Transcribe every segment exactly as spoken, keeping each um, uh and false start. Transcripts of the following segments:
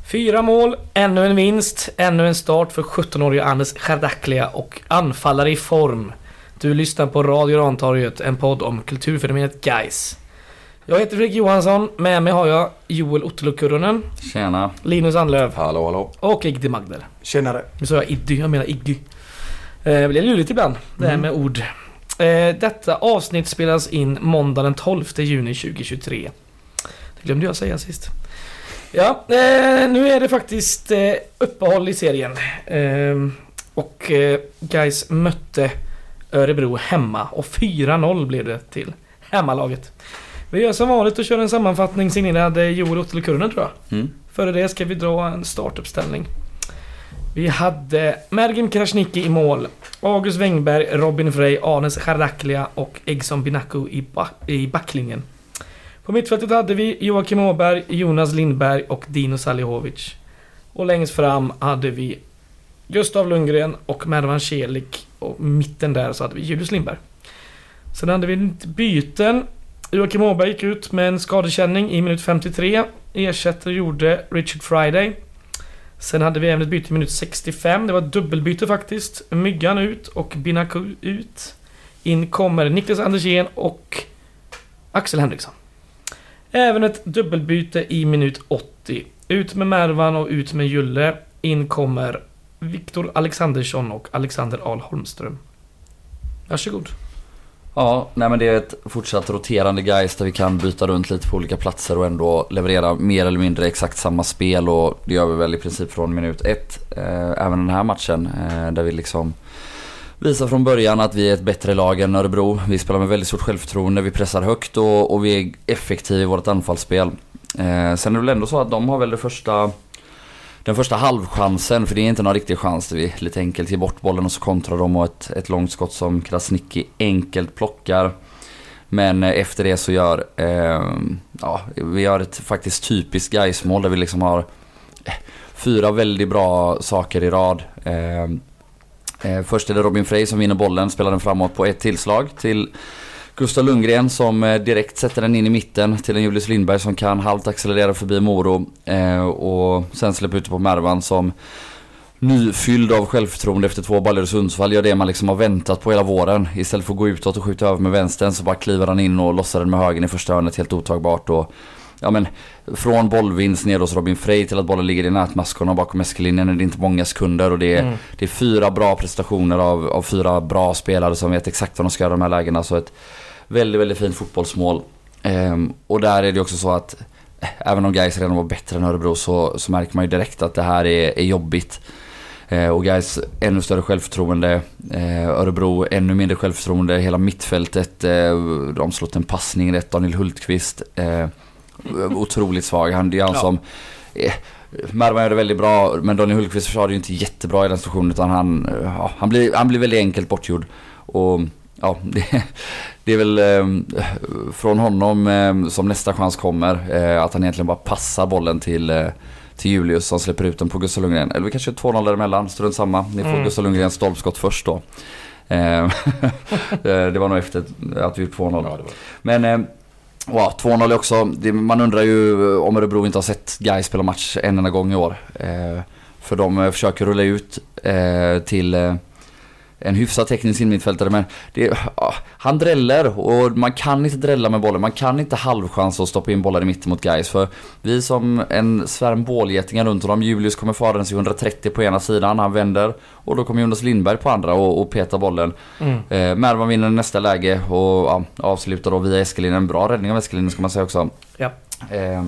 Fyra mål, ännu en vinst, ännu en start för sjutton-åriga Anes Chardaklia och anfallare i form. Du lyssnar på Radio Rantorget, en podd om kulturfenomenet Gais. Jag heter Fredrik Johansson, med mig har jag Joel Ottelukurunen. Tjena. Linus Anlöv. Hallå, hallå. Och Iggy Magder. Tjenare. Nu sa jag Iddy, jag menar Iggy. Eh, det blir lurigt ibland, det här Mm. med ord. Eh, detta avsnitt spelas in måndag den tolfte juni tjugohundratjugotre. Det glömde jag säga sist. Ja, eh, nu är det faktiskt eh, uppehåll i serien. Eh, och eh, Gais mötte Örebro hemma. Och fyra noll blev det till hemmalaget. Vi gör som vanligt och kör en sammanfattning signerad Joel Ottelukurunen, tror jag. Mm. Före det ska vi dra en startuppställning. Vi hade Mergim Krasniqi i mål, August Wengberg, Robin Frey, Anes Chardaklia och Egson Binaku i, ba- i backlinjen. På mittfältet hade vi Joakim Åberg, Jonas Lindberg och Dino Salihovic. Och längst fram hade vi Gustav Lundgren och Mervan Celik. Och mitten där så hade vi Julius Lindberg. Sen hade vi byten. Joakim Åberg gick ut med en skadekänning i minut femtiotre. Ersättare gjorde Richard Friday. Sen hade vi även ett byte i minut sextiofem. Det var ett dubbelbyte faktiskt. Myggan ut och Binaku ut. In kommer Niklas Andersén och Axel Henriksson. Även ett dubbelbyte i minut åttio. Ut med Mervan och ut med Julle. In kommer Viktor Alexandersson och Alexander Ahl Holmström. Varsågod. Ja, nej men det är ett fortsatt roterande Gais där vi kan byta runt lite på olika platser och ändå leverera mer eller mindre exakt samma spel, och det gör vi väl i princip från minut ett. Eh, även den här matchen eh, där vi liksom visar från början att vi är ett bättre lag än Örebro. Vi spelar med väldigt stort självförtroende, vi pressar högt och, och vi är effektiva i vårt anfallsspel. Eh, sen är det väl ändå så att de har väl det första... Den första halvchansen, för det är inte någon riktig chans. Vi lite enkelt ger bort bollen och så kontrar de, och ett, ett långt skott som Krasniqi enkelt plockar. Men efter det så gör eh, ja, vi gör ett faktiskt typiskt Gais-mål där vi liksom har eh, fyra väldigt bra saker i rad. Eh, eh, först är det Robin Frey som vinner bollen, spelar den framåt på ett tillslag till Gustav Lundgren som direkt sätter den in i mitten till en Julius Lindberg som kan halvt accelerera förbi Moro eh, och sen släpper ut på Mervan som nyfylld av självförtroende efter två baller i Sundsvall gör det man liksom har väntat på hela våren. Istället för att gå utåt och skjuta över med vänstern så bara kliver han in och lossar den med högen i första hörnet, helt otagbart. Och ja, men från bollvinst ner hos Robin Frey till att bollen ligger i nätmaskorna bakom Eskelinjen är det inte många sekunder, och det är, mm. det är fyra bra prestationer av, av fyra bra spelare som vet exakt vad de ska göra i de här lägena. Så ett väldigt, väldigt fint fotbollsmål. Ehm, och där är det också så att eh, även om Gais redan var bättre än Örebro så, så märker man ju direkt att det här är, är jobbigt. Ehm, och Gais ännu större självförtroende, eh, Örebro ännu mindre självförtroende, hela mittfältet, eh, de slått en passning rätt, Daniel Hultqvist eh, otroligt svag. Han, det är han ja. som eh, Mervan gör det väldigt bra, men Daniel Hultqvist försvarade ju inte jättebra i den situationen, utan han, ja, han, blir, han blir väldigt enkelt bortgjord. Och ja, det, det är väl eh, från honom eh, som nästa chans kommer, eh, att han egentligen bara passar bollen till, eh, till Julius som släpper ut den på Gustav Lundgren. Eller vi kanske är två noll däremellan, strunt samma. Ni får mm. Gustav Lundgrens stolpskott först då. Eh, det var nog efter att vi gjort två noll. Ja, men eh, wow, två noll är också, det, man undrar ju om Örebro inte har sett Gais spela match en enda gång i år. Eh, för de eh, försöker rulla ut eh, till... Eh, en hyfsad teknisk inmittfältare, men det, ja, han dräller och man kan inte drälla med bollen. Man kan inte halvchans att stoppa in bollar i mitten mot Gais, för vi som en svärm bålgetingar runt honom. Julius kommer fara den hundratrettio på ena sidan, han vänder och då kommer Jonas Lindberg på andra och, och petar bollen. Mm. Eh, Mervan vinner nästa läge och ja, avslutar då via Eskelinjen. En bra räddning av Eskelinjen ska man säga också. Ja. Eh,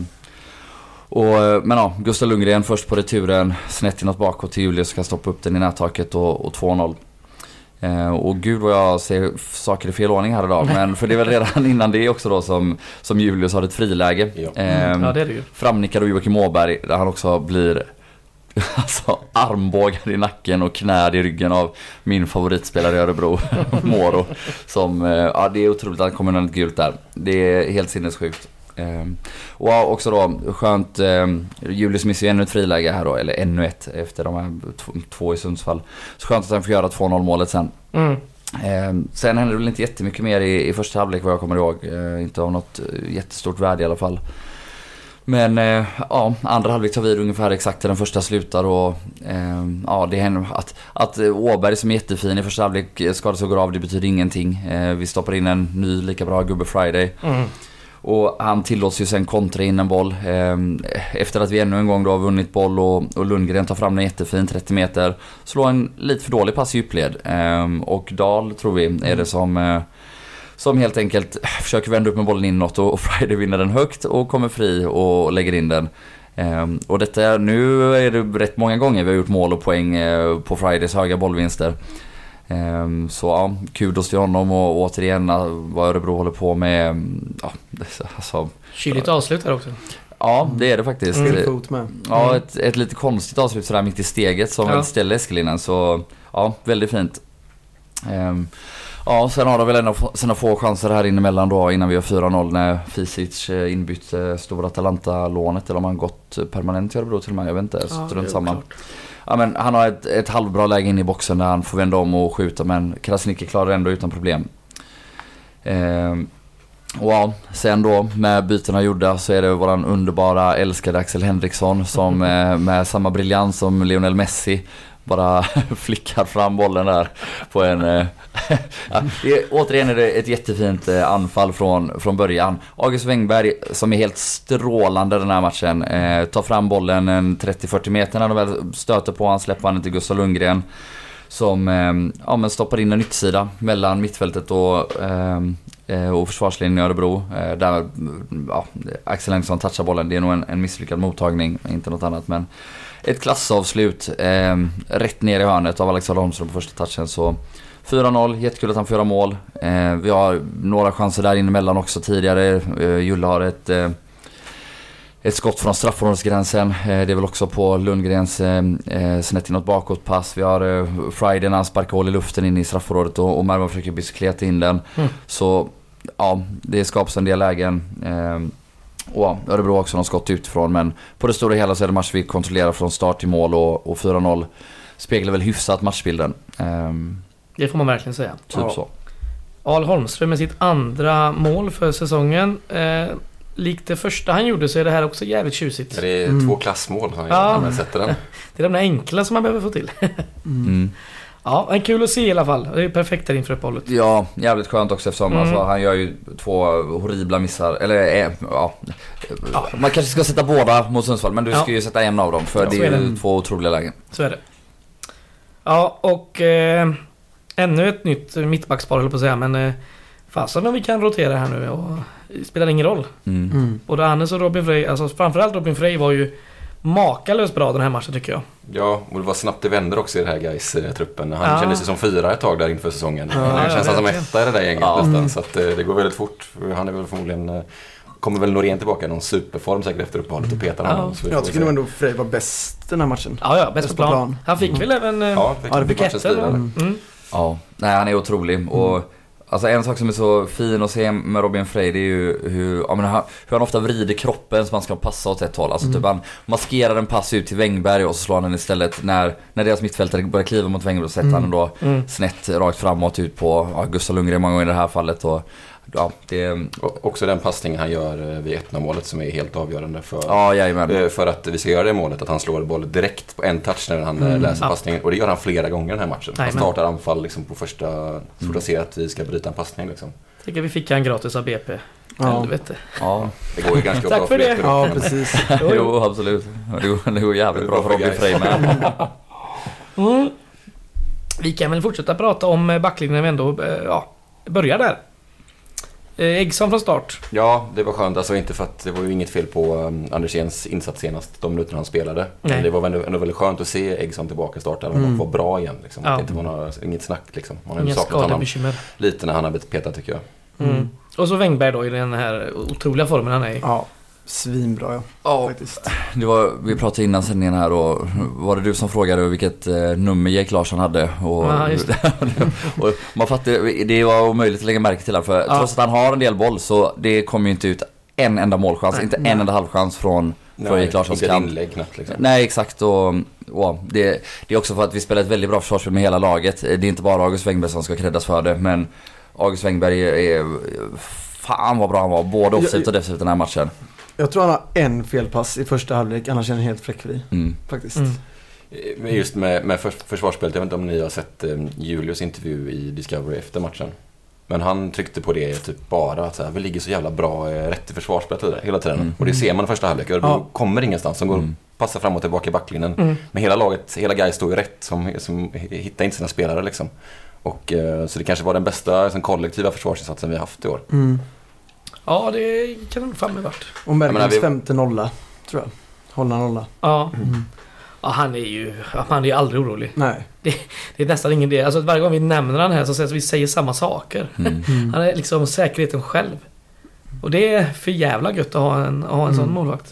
och, men ja, Gustav Lundgren först på returen, snett inåt bakåt till Julius, kan stoppa upp den i nättaket och, och två noll. Eh, och gud vad jag ser saker i fel ordning här idag. Men för det är väl redan innan det också då som, som Julius har ett friläge. Ja. Mm. Ja, det är det ju. Framnickar och Joakim Åberg där han också blir alltså, armbågad i nacken och knäd i ryggen av min favoritspelare i Örebro, Moro. Som, eh, ja, det är otroligt att han kommer något gult där. Det är helt sinnessjukt. Um, och också då skönt, um, Julius missar ju ännu ett friläge här då, eller ännu ett efter de här t- två i Sundsvall. Så skönt att han får göra två noll målet sen. Mm. Um, sen händer det väl inte jättemycket mer i, i första halvlek vad jag kommer ihåg. Uh, inte av något uh, jättestort värde i alla fall. Men eh, ja, andra halvlek tar vid ungefär exakt där den första slutar och eh, ja, det händer att, att Åberg som är jättefin i första halvlek skadas och går av, det betyder ingenting. Eh, vi stoppar in en ny lika bra gubbe Friday. Mm. Och han tillåts ju sen kontra in en boll eh, efter att vi ännu en gång då har vunnit boll och, och Lundgren tar fram den jättefin trettio meter, slår en lite för dålig pass i djupled eh, och Dahl tror vi är det som eh, som helt enkelt försöker vända upp med bollen inåt och, och Friday vinner den högt och kommer fri och lägger in den. eh, och detta nu är det rätt många gånger vi har gjort mål och poäng eh, på Fridays höga bollvinster. Um, så ja, kudos till honom och återigen vad Örebro håller på med. Ja, alltså, kyligt avslut här också. Ja, det är det faktiskt. Mm. Fot med. Ja, ett, ett lite konstigt avslut sådär mitt i steget som ja. väl ställer Eskelinen. Så ja, väldigt fint. Um, ja, sen har de väl ändå sina få chanser här inemellan då innan vi har fyra noll när Fisic inbytt stora Atalanta-lånet, eller om han gått permanent till Örebro till och med, jag vet inte, ja, strunt samma. Ja, men han har ett, ett halvbra läge in i boxen där han får vända om och skjuta, men Krasniqi klarar ändå utan problem. Eh, och ja, sen då med bytena gjorda så är det våran underbara älskade Axel Henriksson som eh, med samma briljans som Lionel Messi bara flickar fram bollen där på en eh, ja, det är, återigen är det ett jättefint eh, anfall från, från början. August Wengberg som är helt strålande den här matchen eh, tar fram bollen en trettio fyrtio meter när de väl stöter på han, släpper han till Gustav Lundgren som eh, ja, men stoppar in en yttersida mellan mittfältet och, eh, och försvarslinjen i Örebro eh, där ja, Axel Henriksson touchar bollen. Det är nog en, en misslyckad mottagning, inte något annat, men ett klassavslut eh, rätt ner i hörnet av Alexander Holmström på första touchen. Så fyra noll, jättekul att han får göra mål. eh, Vi har några chanser där inemellan också tidigare. eh, Julle har ett eh, ett skott från straffområdesgränsen. eh, Det är väl också på Lundgrens eh, snett inåt bakåtpass. Vi har eh, Friday när han sparkar hål i luften in i straffområdet och, och Mervan försöker bicykleta in den. mm. Så ja, det skapas en del lägen. eh, Och Örebro också har skott utifrån, men på det stora hela så är det match vi kontrollerar från start till mål och, och fyra noll speglar väl hyfsat matchbilden. Um, det får man verkligen säga. Typ ja. så. Al Holmström med sitt andra mål för säsongen. Eh, likt det första han gjorde så är det här också jävligt tjusigt. Det är mm. två klassmål han ja. gör, sätter den. Det är de där enkla som man behöver få till. mm. Mm. Ja, det är kul att se i alla fall. Det är perfekt där inför uppehållet. Ja, jävligt skönt också eftersom mm. alltså, han gör ju två horribla missar. Eller äh, ja. ja, man kanske ska sätta båda mot Sundsvall, men du ska ja. ju sätta en av dem för ja, det är, är det. två otroliga lägen. Så är det. Ja, och eh, ännu ett nytt mittbackspar höll på att säga, men eh, fasen om vi kan rotera här nu och det spelar ingen roll. Mm. Mm. Både Hannes och Robin Frey, alltså framförallt Robin Frey var ju makalöst bra den här matchen tycker jag. Ja, och det var snabbt det vänder också i det här Gais-truppen. Han ja. kände sig som fyra ett tag där inför säsongen. Ja, det ja, känns ja, som etta i det där gänget ja. nästan. Mm. Så att, det går väldigt fort. Han är väl förmodligen... Kommer väl Norén tillbaka i någon superform säkert efter uppehållet och petar honom. Ja. Jag tycker nog ändå Frey var bäst den här matchen. Ja, ja, bäst, bäst på plan. plan. Han fick mm. väl även... Ja, fick ja, buketter. Mm. Mm. Ja, nej, han är otrolig. Mm. Och alltså en sak som är så fin att se med Robin Frey, det är ju hur, ja, men hur han ofta vrider kroppen så man ska passa åt ett håll. Alltså mm. typ han maskerar en pass ut till Wengberg och så slår han den istället när, när deras mittfältare börjar kliva mot Wengberg och sätter mm. han då mm. snett rakt framåt ut på ja, Gustav Lundgren många gånger i det här fallet. Och ja, det... Och också den passningen han gör vid ett noll målet som är helt avgörande för, ja, för att vi ska göra det målet, att han slår boll direkt på en touch när han mm. läser ja. passningen, och det gör han flera gånger den här matchen. Han startar anfall liksom på första mm. så då ser att vi ska bryta en passning liksom. Tycker vi fick en gratis av B P. Ja. Helvete. Ja, det går ju ganska bra för för det. Ja, precis. Jo, absolut. Det går, det går jävligt bra för Robin Frey med. mm. Vi kan väl fortsätta prata om backlinjen när vi ändå ja, börjar där. Eggsson från start. Ja, det var skönt. Alltså inte för att det var ju inget fel på um, Andersens insats senast, de minuterna han spelade. Men det var ändå, ändå väldigt skönt att se Eggsson tillbaka starta och mm. var bra igen. Liksom. Ja. Det inte var några, inget snack. Liksom. Man har ju saknat honom lite när han har blivit petad tycker jag. Mm. Mm. Och så Wengberg då i den här otroliga formen han är i. Ja, svinbra ja. Ja, faktiskt. Det var, vi pratade innan sändningen här och var det du som frågade vilket eh, nummer Jake Larsson hade och, ja, just det. och man fattade, det var omöjligt att lägga märke till här för ja. trots att han har en del boll så det kommer ju inte ut en enda målchans, nej, inte nej. en enda halvchans från för Jake Larssons kamp. Inlägg, knappt, liksom. Nej, exakt och, och det, det är också för att vi spelar ett väldigt bra försvarsspel med hela laget. Det är inte bara August Wengberg som ska kreddas för det, men August Wengberg är, är fan vad bra han var både offside och defensivt den här matchen. Jag tror han har en felpass i första halvlek, annars är han helt fläckfri. Mm. Faktiskt. Mm. Just med, med för, försvarsspelet, jag vet inte om ni har sett eh, Julius intervju i Discovery efter matchen. Men han tryckte på det typ bara att så här, vi ligger så jävla bra eh, rätt i försvarsspelet hela tiden. Mm. Och det ser man i första halvlek. Örebro ja. kommer ingenstans. Som går mm. passar fram och tillbaka i backlinjen. Mm. Men hela laget, hela guys står ju rätt. Som, som hittar inte sina spelare liksom. Och, eh, så det kanske var den bästa liksom, kollektiva försvarsinsatsen vi har haft i år. Mm. Ja, det kan nog fan med vart. Och Merkens vi... femte nolla, tror jag. Hålla nolla. Ja. Mm. Ja, han är ju han är ju aldrig orolig. Nej. Det, det är nästan ingen idé. Alltså varje gång vi nämner han här så säger vi säger samma saker. Mm. Han är liksom säkerheten själv. Och det är för jävla gött att ha en, att ha en mm. sån målvakt.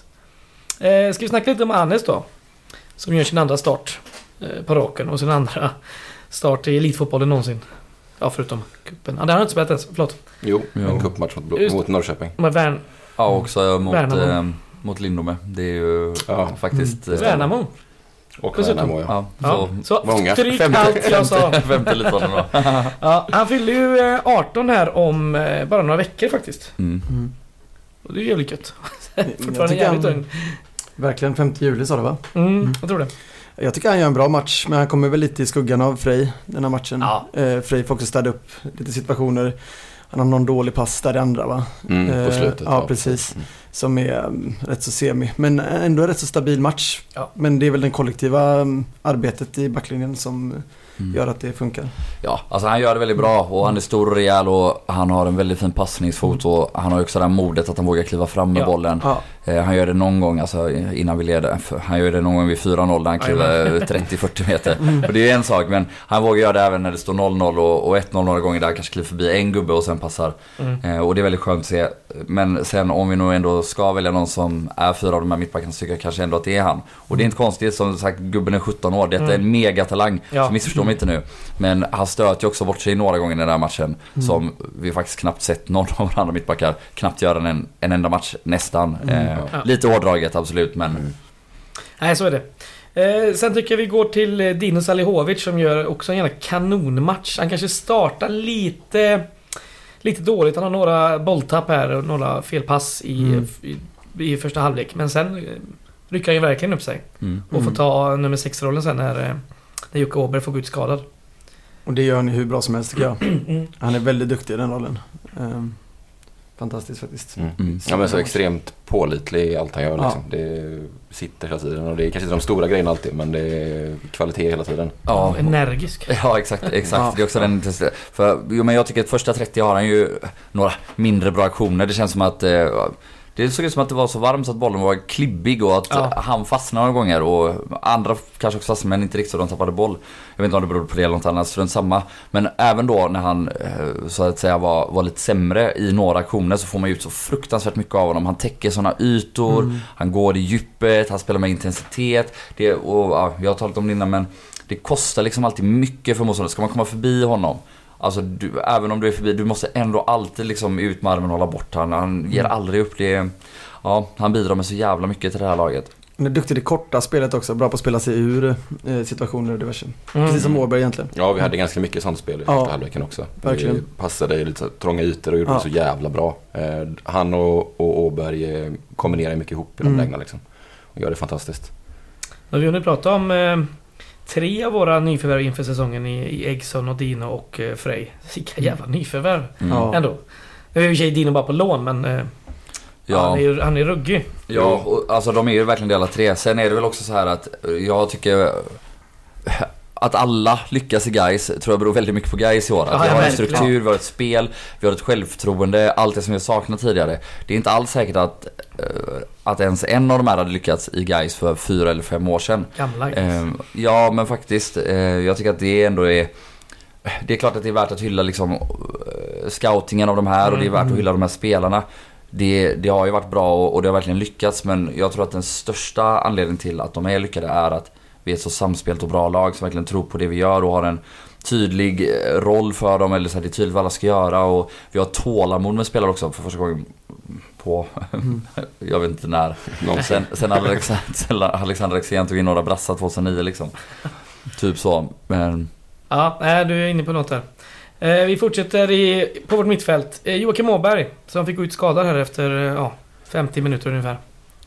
Eh, ska vi snacka lite om Anes då? Som gör sin andra start eh, på raken och sin andra start i elitfotbollen någonsin. Ja, förutom kuppen. Ja, det har han inte spelat ens. Förlåt. Jo, jo. En kuppmatch mot, mot Norrköping. Men Värn... Ja, också mot, eh, mot Lindome. Det är ju ja. faktiskt... Mm. Värnamo. Och Värnamo, ja. Ja, så, så många. Stryk allt jag sa. femtio lite då. Ja, han fyller ju arton här om bara några veckor faktiskt. Mm. Mm. Och det är jävligt gött. Fortfarande jävligt han, verkligen femte juli sa det va? Mm, mm, jag tror det. Jag tycker han gör en bra match, men han kommer väl lite i skuggan av Frej den här matchen. Ja. Eh, Frej får också städa upp lite situationer. Han har någon dålig pass där i andra va? Mm, på slutet. Eh, ja, ja, precis. Mm. Som är um, rätt så semi. Men ändå en rätt så stabil match. Ja. Men det är väl den kollektiva um, arbetet i backlinjen som mm. gör att det funkar. Ja, alltså han gör det väldigt bra och han är stor och rejäl och han har en väldigt fin passningsfot och han har också det här modet att han vågar kliva fram med ja. bollen. Ja. Eh, han gör det någon gång alltså, innan vi leder. Han gör det någon gång vid fyra noll där han kliver trettio till fyrtio meter. Mm. Och det är en sak, men han vågar göra det även när det står noll noll och, och ett noll några gånger där han kanske kliver förbi en gubbe och sen passar. Mm. Eh, och det är väldigt skönt att se. Men sen om vi nog ändå ska välja någon som är fyra av de här mittbackarna så tycker jag kanske ändå att det är han. Och det är inte konstigt, som sagt, gubben är sjutton år. Detta mm. är en megatalang, ja. så missförstår mig inte nu. Men han stöter ju också bort sig några gånger i den här matchen mm. som vi faktiskt knappt sett någon av de andra mittbackar knappt göra en, en enda match nästan. Mm. Eh, ja. Lite hårdraget, absolut, men... Mm. Nej, så är det. Eh, sen tycker jag vi går till Dino Salihovic som gör också en jävla kanonmatch. Han kanske startar lite... Lite dåligt, han har några bolltapp här och några felpass i, mm. i, i första halvlek. Men sen rycker han ju verkligen upp sig. Mm. Och får ta nummer sex-rollen sen när, när Jocke Åberg får gå ut skadad. Och det gör han hur bra som helst tycker jag. Mm. Han är väldigt duktig i den rollen. Um, fantastiskt faktiskt. Mm. Mm. Ja, men så extremt pålitlig i allt han gör. Liksom. Ja. Det sitter hela tiden. Och det är kanske inte de stora grejerna alltid, men det är kvalitet hela tiden. Ja, energisk. Ja, exakt. exakt. Ja. Det är också den, för, jo, men jag tycker att första trettio har han ju några mindre bra aktioner. Det känns som att... Eh, det såg ut som att det var så varmt så att bollen var klibbig och att ja. han fastnade några gånger och andra kanske också fastnade men inte riktigt så de tappade boll. Jag vet inte om det berodde på det eller något annat, strunt samma. Men även då när han så att säga var, var lite sämre i några aktioner så får man ut så fruktansvärt mycket av honom. Han täcker sådana ytor, mm. han går i djuppet, han spelar med intensitet. Det, och, ja, jag har talat om det innan, men det kostar liksom alltid mycket för motståndaren. Ska man komma förbi honom? Alltså du, även om du är förbi, du måste ändå alltid liksom ut med armen och hålla bort han. Han ger aldrig upp det. Ja, han bidrar med så jävla mycket till det här laget. Han är duktig i det korta spelet också, bra på att spela sig ur eh, situationer och diverse. Mm. Precis som Åberg egentligen. Ja, vi hade ganska mycket sånt spel i ja, första halvleken också. Verkligen. Vi passade i lite trånga ytor och gjorde ja. det så jävla bra. Eh, han och, och Åberg eh, kombinerar mycket ihop i de mm. lägena liksom. Och gör det fantastiskt. När vi har nu pratat om eh, tre av våra nyförvärv inför säsongen i, i Eggson och Dino och eh, Frej. Vilka jävla nyförvärv mm. ändå. Nu är ju tjej Dino bara på lån, men eh, ja. han, är, han är ruggig. Ja, och, alltså de är ju verkligen alla tre. Sen är det väl också så här att jag tycker att alla lyckas i Gais tror jag beror väldigt mycket på Gais i år. Att ja, vi har en struktur, vi har ett spel, vi har ett självförtroende, allt det som vi saknat tidigare. Det är inte alls säkert att att ens en av de här hade lyckats i Gais för fyra eller fem år sedan. Gamla eh, Ja, men faktiskt eh, jag tycker att det ändå är det är klart att det är värt att hylla liksom scoutingen av de här mm. och det är värt att hylla de här spelarna. Det, det har ju varit bra och, och det har verkligen lyckats, men jag tror att den största anledningen till att de är lyckade är att vi är ett så samspelt och bra lag som verkligen tror på det vi gör och har en tydlig roll för dem, eller så här, det är tydligt vad alla ska göra, och vi har tålamod med spelare också för första gången på mm. jag vet inte när sen, sen Alexander, Alexander Axén tog in några brassar tjugohundranio liksom typ så, men ja, du är inne på något där. Vi fortsätter i, på vårt mittfält. Joakim Åberg som fick gå ut skadad här efter ja, femtio minuter ungefär.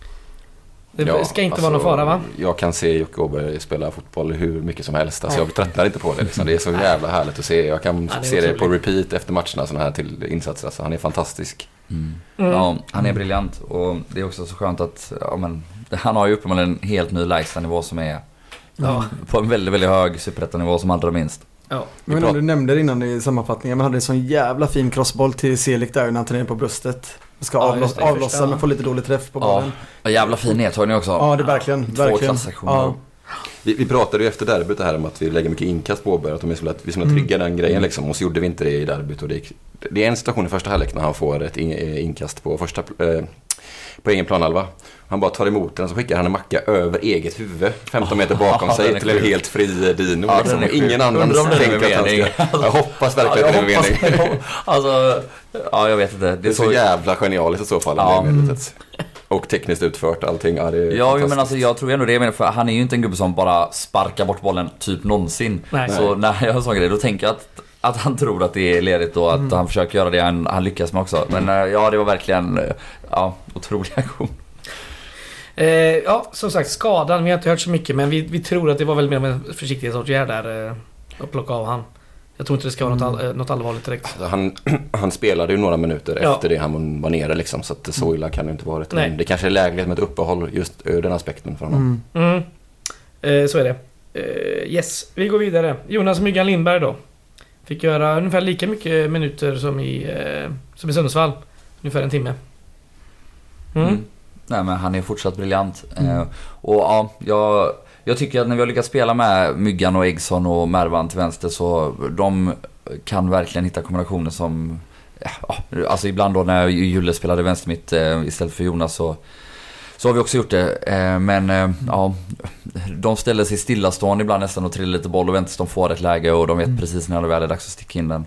Det ja, ska inte alltså, vara någon fara, va? Jag kan se Jocke Åberg spela fotboll hur mycket som helst. Alltså, ja. Jag tröttnar inte på det. Liksom. Det är så jävla härligt att se. Jag kan ja, det se det på repeat efter matcherna, såna här till insatser. Alltså, han är fantastisk. Mm. Mm. Ja, han är briljant. Och det är också så skönt att ja, men, han har ju uppenbarligen en helt ny lägstanivå som är ja. på en väldigt, väldigt hög superettanivå som allra minst. Ja. Men om du nämnde det innan i sammanfattningen, men hade en sån jävla fin crossboll till Selik där när han tar på bröstet. Ska ja, avloss, det, avlossa men få lite dålig träff på bollen. Ja, jävla fin nedtagning också. Ja, det är verkligen. Två verkligen. Ja. Vi, vi pratade ju efter derbyt här om att vi lägger mycket inkast på Åberg, att de är så att vi ska trygga mm. den grejen liksom, och så gjorde vi inte det i derbyt. Och det, det är en situation i första halvlek när han får ett inkast på första eh, på egen planhalva. Han bara tar emot den och så skickar han en macka över eget huvud femton meter bakom oh, sig till en helt fri Dino. Ja, liksom. Ingen annan tänker att han ska... Jag hoppas verkligen att det är mening. Alltså, ja, jag vet inte. Det är, det är så, så jävla genialiskt i så fall. Ja. Mm. Och tekniskt utfört allting. Ja, det är ja men alltså jag tror ändå det är, för han är ju inte en gubbe som bara sparkar bort bollen typ någonsin. Nej. Så när jag har sån grej, då tänker jag att Att han tror att det är ledigt och att mm. han försöker göra det han, han lyckas med också. Men ja, det var verkligen ja, otrolig aktion. Eh, ja, som sagt, skadan, vi har inte hört så mycket, men vi, vi tror att det var väl mer med en försiktighetsåtgärd där eh, att plocka av han. Jag tror inte det ska vara mm. något, all, något allvarligt direkt. Alltså, han, han spelade ju några minuter ja. efter det han var nere liksom, så att så illa kan det inte vara. Men det kanske är lägligt med ett uppehåll just ur den aspekten för honom. Mm. Mm. Eh, så är det. Eh, yes, vi går vidare. Jonas Myggan Lindberg då. Fick göra ungefär lika mycket minuter som i, eh, som i Sundsvall. Ungefär en timme. Mm. Mm. Nej, men han är fortsatt briljant. Mm. Eh, och ja, jag, jag tycker att när vi har lyckats spela med Myggan och Eggson och Mervan till vänster, så de kan verkligen hitta kombinationer som ja, alltså ibland då när Julle spelade vänster mitt eh, istället för Jonas, så Så har vi också gjort det, eh, men eh, ja, de ställer sig stillastående ibland nästan och trillar lite boll och väntar tills de får ett läge och de vet mm. precis när det väl är dags att sticka in den.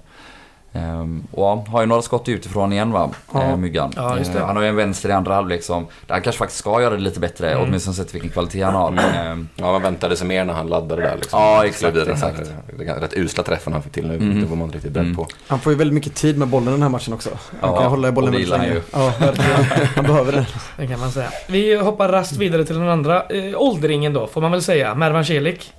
Um, och ja, har ju några skott utifrån igen, va? Ja. Eh, Myggan. Ja, just det. Eh, han har ju en vänster i andra halvlek som där han kanske faktiskt ska göra det lite bättre, mm. åtminstone sett vilken kvalitet han har. Men, eh, ja, man väntade sig mer när han laddade där liksom. Ja, exakt, den exakt. Här, rätt usla träffen han fick till nu, mm. det var man inte riktigt beredd på. Han får ju väldigt mycket tid med bollen den här matchen också. Han ja, kan hålla i bollen väldigt länge. Ja, verkligen. Han behöver det. Det kan man säga. Vi hoppar rast vidare till den andra eh, åldringen då, får man väl säga. Mervan Celik.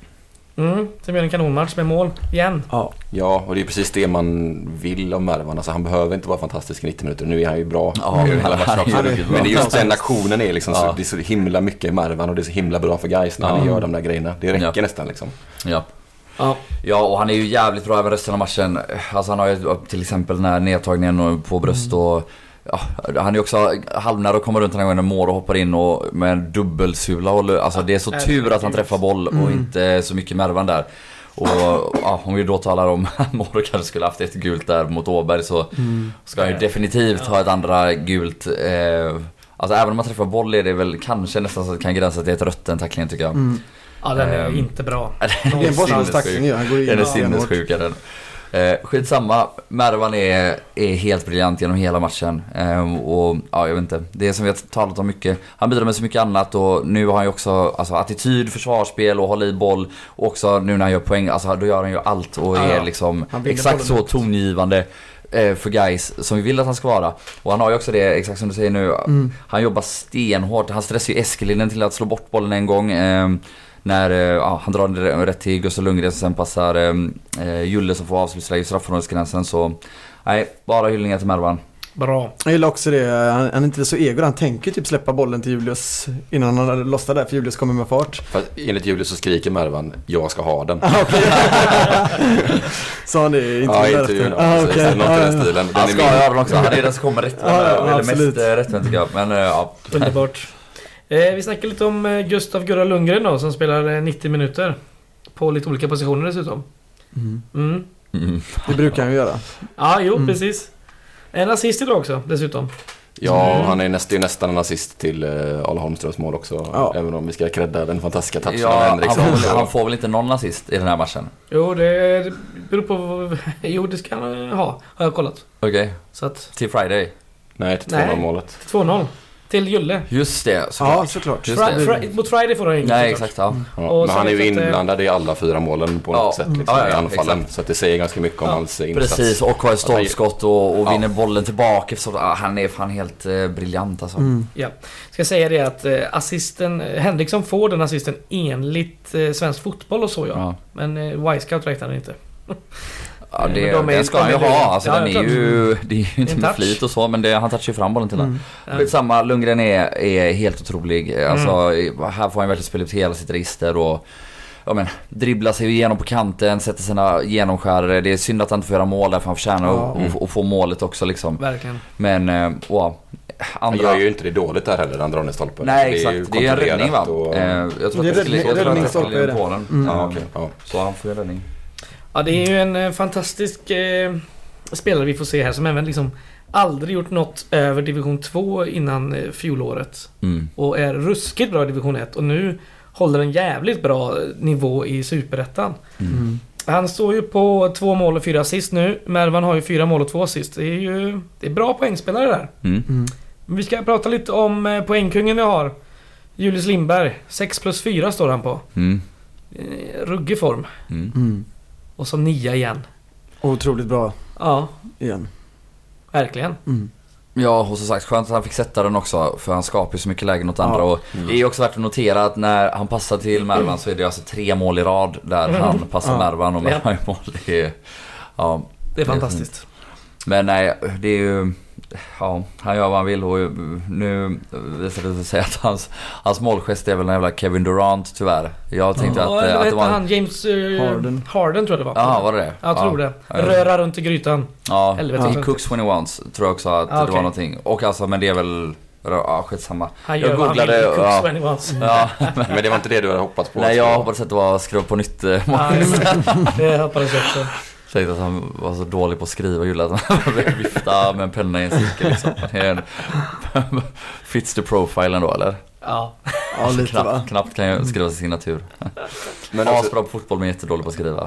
Mm, som gör en kanonmatch med mål igen. Ja. ja, och det är precis det man vill av Mervan. Alltså, han behöver inte vara fantastisk i nittio minuter. Nu är han ju bra. Ja, hela matchen också. Men det är just den aktionen är liksom, ja. så, det är så himla mycket i Mervan och det är så himla bra för guys när ja. han gör de där grejerna. Det räcker ja. nästan liksom. Ja. Ja. ja, och han är ju jävligt bra över resten av matchen. Alltså han har ju till exempel den här nedtagningen på bröst och ja, han är också halvnär och kommer runt den här gången Mår och hoppar in och med en dubbelsula. Alltså det är så tur att han träffar boll och mm. inte så mycket Mervan där. Och ja, om vi då talar om Mår kanske skulle haft ett gult där mot Åberg, så mm. ska han ju definitivt ha ett andra gult. Eh, alltså även om man träffar boll är det väl kanske nästan så att det kan gränsa till ett rött, den tacklingen tycker jag. Mm. Ja, den är um, inte bra. Det är en bollstackling, ja. Den är sinnessjuk, den. Eh, skitsamma, Mervan är, är helt briljant genom hela matchen. eh, Och ja, jag vet inte, det är som vi har talat om mycket. Han bidrar med så mycket annat. Och nu har han ju också alltså, attityd, försvarsspel och hålla i boll. Och också nu när han gör poäng, alltså, då gör han ju allt. Och ja, är liksom exakt så tongivande eh, för guys som vi vill att han ska vara. Och han har ju också det, exakt som du säger nu, mm. han jobbar stenhårt. Han stressar ju Eskelinen till att slå bort bollen en gång. eh, När ja, han drar rätt till Gustav Lundgren och sen passar eh, Julle som får avslutsläge i straffområdesgränsen. Så nej, bara hyllningar till Mervan. Bra. Jag gillar också det, han, han är inte så ego, han tänker typ släppa bollen till Julius innan han hade lossat där, för Julius kommer med fart. För enligt Julius så skriker Mervan, jag ska ha den. Ah, okay. Så han är inte ja, där intervjun, efter. Ah, okay. Något i den stilen. Han ska ha den också, han är den som kommer rätt. Ah, ja, eller mest rättvänt tycker jag. Men ja. Underbart. Eh, vi snackar lite om Gustav Gurra Lundgren då, som spelar nittio minuter på lite olika positioner dessutom. Mm. Mm. Mm. Det brukar han ju göra. Ja, jo, mm. precis. En assist idag också, dessutom. Ja, mm. han är nästan, nästan en assist till uh, Arla Holmströms mål också. Ja. Även om vi ska credda den fantastiska touchen ja, av Henriksson. Han, han får väl inte någon assist i den här matchen? Jo, det, det beror på... Jo, det ska han ha, har jag kollat. Okej, okay. Så att... till Friday? Nej, till två noll målet. två noll. till Julle. Just det, såklart. Ja, såklart. Just Fri- det. Fri- mot Friday får du inget. Nej, exakt. Ja. Mm. Ja, Och men så han är ju vet jag att, inblandad i alla fyra målen på Ja. något sätt liksom, Ja, ja, i ja, anfallen. exakt. Så att det säger ganska mycket om Ja. hans insats. Precis, och har ett stolpskott och, och Ja. vinner bollen tillbaka. Så, ah, han är fan helt eh, briljant alltså. Mm. Ja. Ska säga det att eh, assisten, Henriksson får den assisten enligt eh, svensk fotboll och så ja. Ja. Men eh, Y-scout räknar den inte. Ja, det, Men de är- det ska de han ju är- ha. Alltså, Ja, den jag är tror- ju, det är ju inte En med touch. flit och så, men det, han touchar ju fram bollen till den. Mm. Ja. Skitsamma, Lundgren är, är helt otrolig. Alltså, här får han verkligen spela ut hela sitt register och ja, men, dribblar sig igenom på kanten, sätter sina genomskärare. Det är synd att han inte får göra mål där, för han förtjänar Ja. att och, och få målet också liksom. Verkligen. Men eh, wow. Han Andra... gör ju inte det dåligt där heller, han drar ner stolpen. Nej, Det är ju exakt. Det är en räddning va? och- Eh, jag tror Det är att det skulle- räddning- jag tror att räddningsstolpe skulle är det. på den. Mm. Ja, Ja, okej. Ja. så han får en räddning. Ja, det är ju en eh, fantastisk eh, spelare vi får se här som även liksom aldrig gjort något över division två innan eh, fjolåret. Mm. Och är ruskigt bra i division ett och nu håller en jävligt bra nivå i superettan. Mm. Han står ju på två mål och fyra assist nu. Mervan har ju fyra mål och två assist. Det är ju det är bra poängspelare där. Mm. Mm. Men vi ska prata lite om eh, poängkungen vi har. Julius Lindberg. sex plus fyra står han på. Mm. Eh, ruggig form. Mm. Mm. Och så nia igen. Otroligt bra Ja, igen. verkligen. Mm. Ja, och som sagt, skönt att han fick sätta den också, för han skapar ju så mycket lägen åt andra. Ja. Och det är ju också värt att notera att när han passar till Mervan så är det alltså tre mål i rad där han passar Ja. Mervan och Mervan gör mål. Det är, ja, Det är fantastiskt. men nej, det är ju... Ja, han gör vad han vill och nu visar det sig att hans, hans målgest är väl en jävla Kevin Durant tyvärr. Jag tänkte Ja, att, eller att vad det hette var... han? James eh, Harden. Harden tror jag det var. Ja, var det det? Jag tror det. Ja. Röra runt i grytan. Ja, Helvete. he cooks when he wants, tror jag också att Ah, det okej. var någonting. Och alltså, men det är väl... Ja, skitsamma. Han Jag gör vad han vill. googlade, He cooks ja. when he wants. Ja, Men det var inte det du hade hoppats på? nej, jag hoppades att det var skruv på nytt. eh, Ja, det hoppades jag också. Tänkte att han var så dålig på att skriva, Julle, att han vifta med en penna i en cirkel liksom. Det är en fits the profile ändå, eller? Ja. Ja, lite va? Knappt, knappt kan jag skriva sin signatur. Men, också, Asbra på fotboll men jättedålig på att skriva.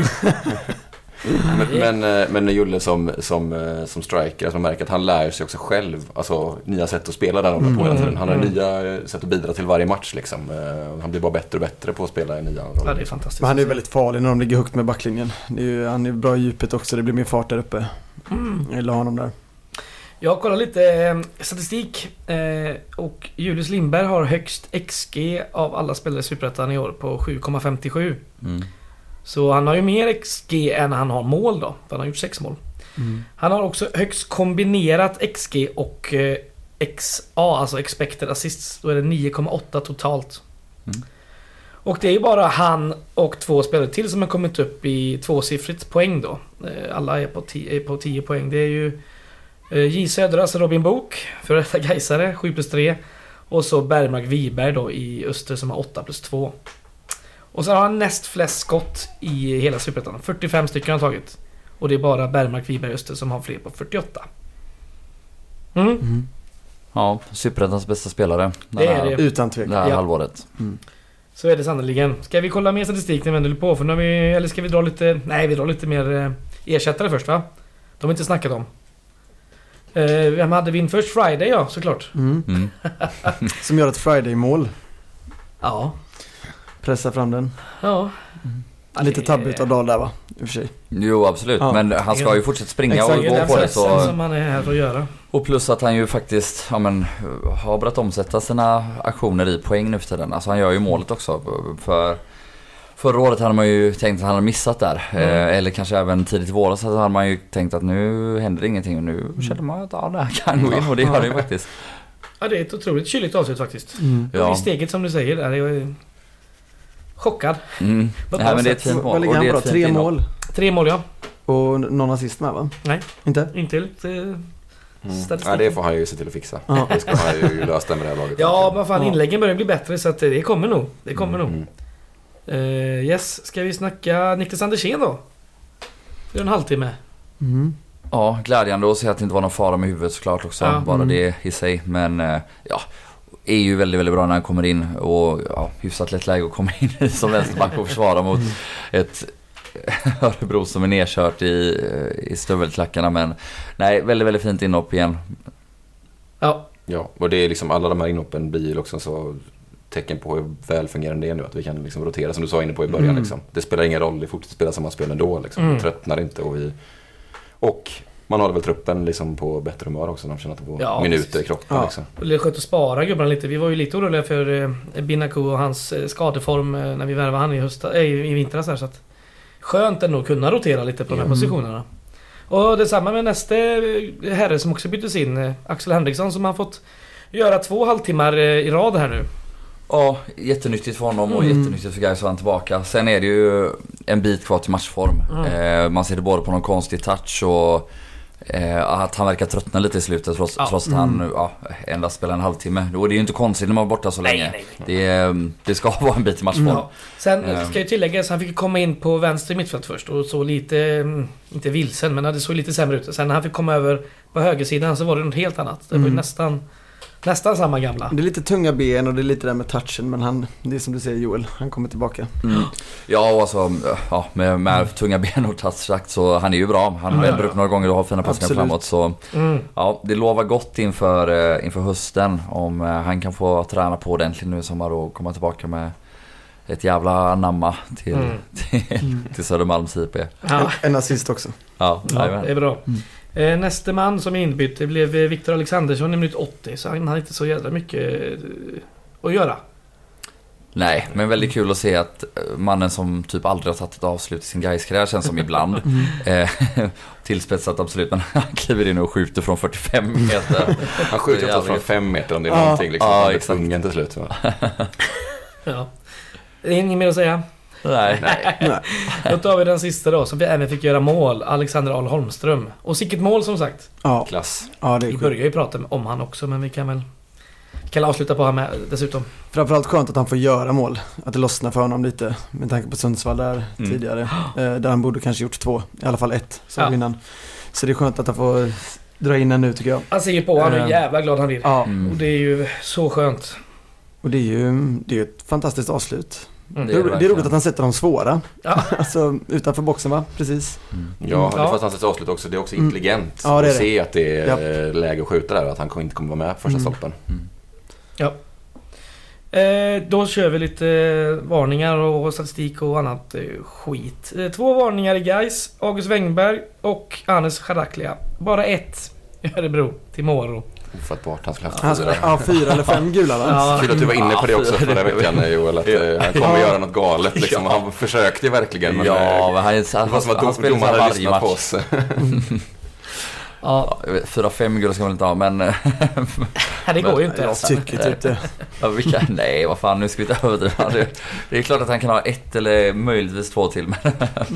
men, men, men Julle som, som, som striker, alltså man märker att han lär sig också själv, alltså nya sätt att spela där mm. på hela tiden. Han har Mm. nya sätt att bidra till varje match liksom. Han blir bara bättre och bättre på att spela i nya roller. Ja, det är fantastiskt. Men han är ju väldigt farlig när de ligger högt med backlinjen. Det är ju, han är bra i djupet också, det blir mer fart där uppe. Mm. Jag gillar honom där. Jag kollar lite eh, statistik eh, och Julius Lindberg har högst X G av alla spelare i Superettan i år på sju komma femtiosju. Mm. Så han har ju mer X G än han har mål då. För han har gjort sex mål. Mm. Han har också högst kombinerat X G och eh, X A, alltså expected assists. Då är det nio komma åtta totalt. Mm. Och det är ju bara han och två spelare till som har kommit upp i tvåsiffrigt poäng då. Eh, alla är på tio, är på tio poäng. Det är ju eh, J Södras Robin Bok för detta Gaisare, sju plus tre. Och så Bergmark Wiberg då i Öster som har åtta plus två. Och så har han näst flest skott i hela Superettan. fyrtiofem stycken har han tagit. Och det är bara Bergmark Wiberg Öster som har fler på fyrtioåtta. Mm. Mm. Ja, Superettans bästa spelare. Det är här, det. Utan Det tvekan. här Ja. halvåret. Mm. Så är det sannoliken. Ska vi kolla mer statistik när vi ändå håller på? För nu har vi, eller ska vi dra lite... Nej, vi drar lite mer eh, ersättare först va? De har vi inte snackat om. Eh, vem hade vi in först? Friday ja, såklart. Mm. Mm. Som gör ett Friday-mål. Ja. Pressa fram den. Ja. Ja, Lite det- tabbe utav Dahl där va? I och för sig. Jo, absolut. Ja. Men han ska ju fortsätta springa Exakt. och Det är gå den på det. pressen Så... som han är här för att göra. Och plus att han ju faktiskt ja, men, har börjat omsätta sina aktioner i poäng nu för tiden. Alltså han gör ju målet också. För förra året hade man ju tänkt att han hade missat där. Mm. Eh, eller kanske även tidigt i våras så hade man ju tänkt att nu händer ingenting. Och nu Mm. känner man att ja, det här kan gå in och det gör det ju faktiskt. Ja, det är ett otroligt kyligt avslut faktiskt. Mm. Och Ja. i steget som du säger, där är jag chockad. Mm. Vad Nej, men det är ett sätt. fint mål. Vad ligger Och det han är på? ett Tre fint mål. Tre mål ja. Och någon assist med va? Nej. Inte? Inte lite Mm. statistik. Ja, det får han ju se till att fixa. Ja. Det ska han ju lösa med det här laget. Ja, men fan Ja. inläggen börjar bli bättre så att det kommer nog. Det kommer nog. Mm. Uh, yes, ska vi snacka Niklas Andersén då? För en halvtimme. Mm. Ja, glädjande att se att det inte var någon fara med huvudet såklart också. Ja. Bara Mm. det i sig. Men eh, ja, är ju väldigt, väldigt bra när han kommer in. Och ja, hyfsat lätt läge att komma in i som vänsterback och försvara mot ett Örebro som är nedkört i, i stövelklackarna. Men nej, väldigt, väldigt fint inhopp igen. Ja, Ja, och det är liksom alla de här inhoppen blir ju också så tecken på hur välfungerande det är nu, att vi kan liksom rotera som du sa inne på i början. Mm. Liksom. Det spelar ingen roll, vi fortsätter spela samma spel ändå. Liksom. Mm. Vi tröttnar inte och vi... Och man har väl truppen liksom på bättre humör också när de känner att de får ja, minuter i kroppen. Ja. Liksom. Det är skönt att spara gubbarna lite. Vi var ju lite oroliga för eh, Binaku och hans eh, skadeform eh, när vi värvade han i, hösta, eh, i vintras. Här, så att skönt ändå att kunna rotera lite på mm. de här positionerna. Och detsamma med nästa herre som också byttes in, eh, Axel Henriksson, som har fått göra två halvtimmar eh, i rad här nu. Ja, jättenyttigt för honom och mm. jättenyttigt för Gais att han tillbaka. Sen är det ju en bit kvar till matchform. Mm. Eh, man ser det både på någon konstig touch och eh, att han verkar tröttna lite i slutet trots, ja. trots att han mm. ja, endast spelar en halvtimme. Och det är ju inte konstigt när man är borta så länge. Nej, nej, nej. Det, det ska vara en bit i matchform. Ja. Sen eh. ska ju tilläggas, han fick komma in på vänster mittfält först och så lite, inte vilsen, men det såg lite sämre ut. Sen när han fick komma över på högersidan så var det något helt annat. Det var ju mm. nästan... Nästan samma gamla. Det är lite tunga ben och det är lite där med touchen, men han, det är som du säger Joel, han kommer tillbaka. Mm. Ja, och alltså, ja, med, med mm. tunga ben och touch så han är ju bra. Han har väl brukt några gånger och har fina passningar framåt. Så mm. ja, det lovar gott inför, inför hösten om han kan få träna på ordentligt nu i sommar och komma tillbaka med ett jävla namma till, mm. till, till Södermalms I P. Ja. En, en assist också. Ja, ja det är bra. Mm. Nästa man som är inbytt, det blev Victor Alexandersson i minut åttio, så han hade inte så jävla mycket att göra. Nej, men väldigt kul att se att mannen som typ aldrig har tagit ett avslut i sin Gais-karriär känns som ibland mm. tillspetsat absolut, men han kliver in och skjuter från fyrtiofem meter. Han skjuter också från fem meter om det är ja. någonting liksom. Ja, exakt. Ungen till slut. Ja. Det är inget mer att säga. Nej. Nej. Då tar vi den sista då, som vi även fick göra mål, Alexander Ahl Holmström. Och sicket mål som sagt. Ja. Klass. Ja, det är vi börjar ju prata om han också, men vi kan väl kan avsluta på han med dessutom. Framförallt skönt att han får göra mål. Att det lossnar för honom lite med tanke på Sundsvall där mm. tidigare. Eh, där han borde kanske gjort två, i alla fall ett så ja. innan. Så det är skönt att han får dra in en nu tycker jag. Han ser på, han är jävla glad han blir. Ja. Mm. Och det är ju så skönt. Och det är ju det är ett fantastiskt avslut. Mm. Det, är det, det är roligt att han sätter dem svåra. Ja. Alltså utanför boxen va? Precis. Mm. Ja, det är fast han sätter avslut också. Det är också mm. intelligent ja, det är att det. se att det är ja. läge att skjuta där och att han inte kommer vara med första mm. stolpen. Mm. Ja. Eh, då kör vi lite varningar och statistik och annat eh, skit. Eh, två varningar i Gais, August Wengberg och Anes Charaklia. Bara ett i Örebro till Moro. Ofattbart, han skulle haft han skulle, ja, fyra eller fem gula va? Ja. Kul att du var inne på det också förra veckan Joel, att ja. han kommer ja. göra något galet liksom. Ja. Han försökte ju verkligen men, ja, men han, det var som att han spelar hade lyssnat på oss. Ja, fyra fem gula ska man inte ha, men nej, det går ju inte. Jag tycker typ det. Ja, vilka, nej, vad fan, nu ska vi inte överdriva. Det, det är klart att han kan ha ett eller möjligtvis två till. Men,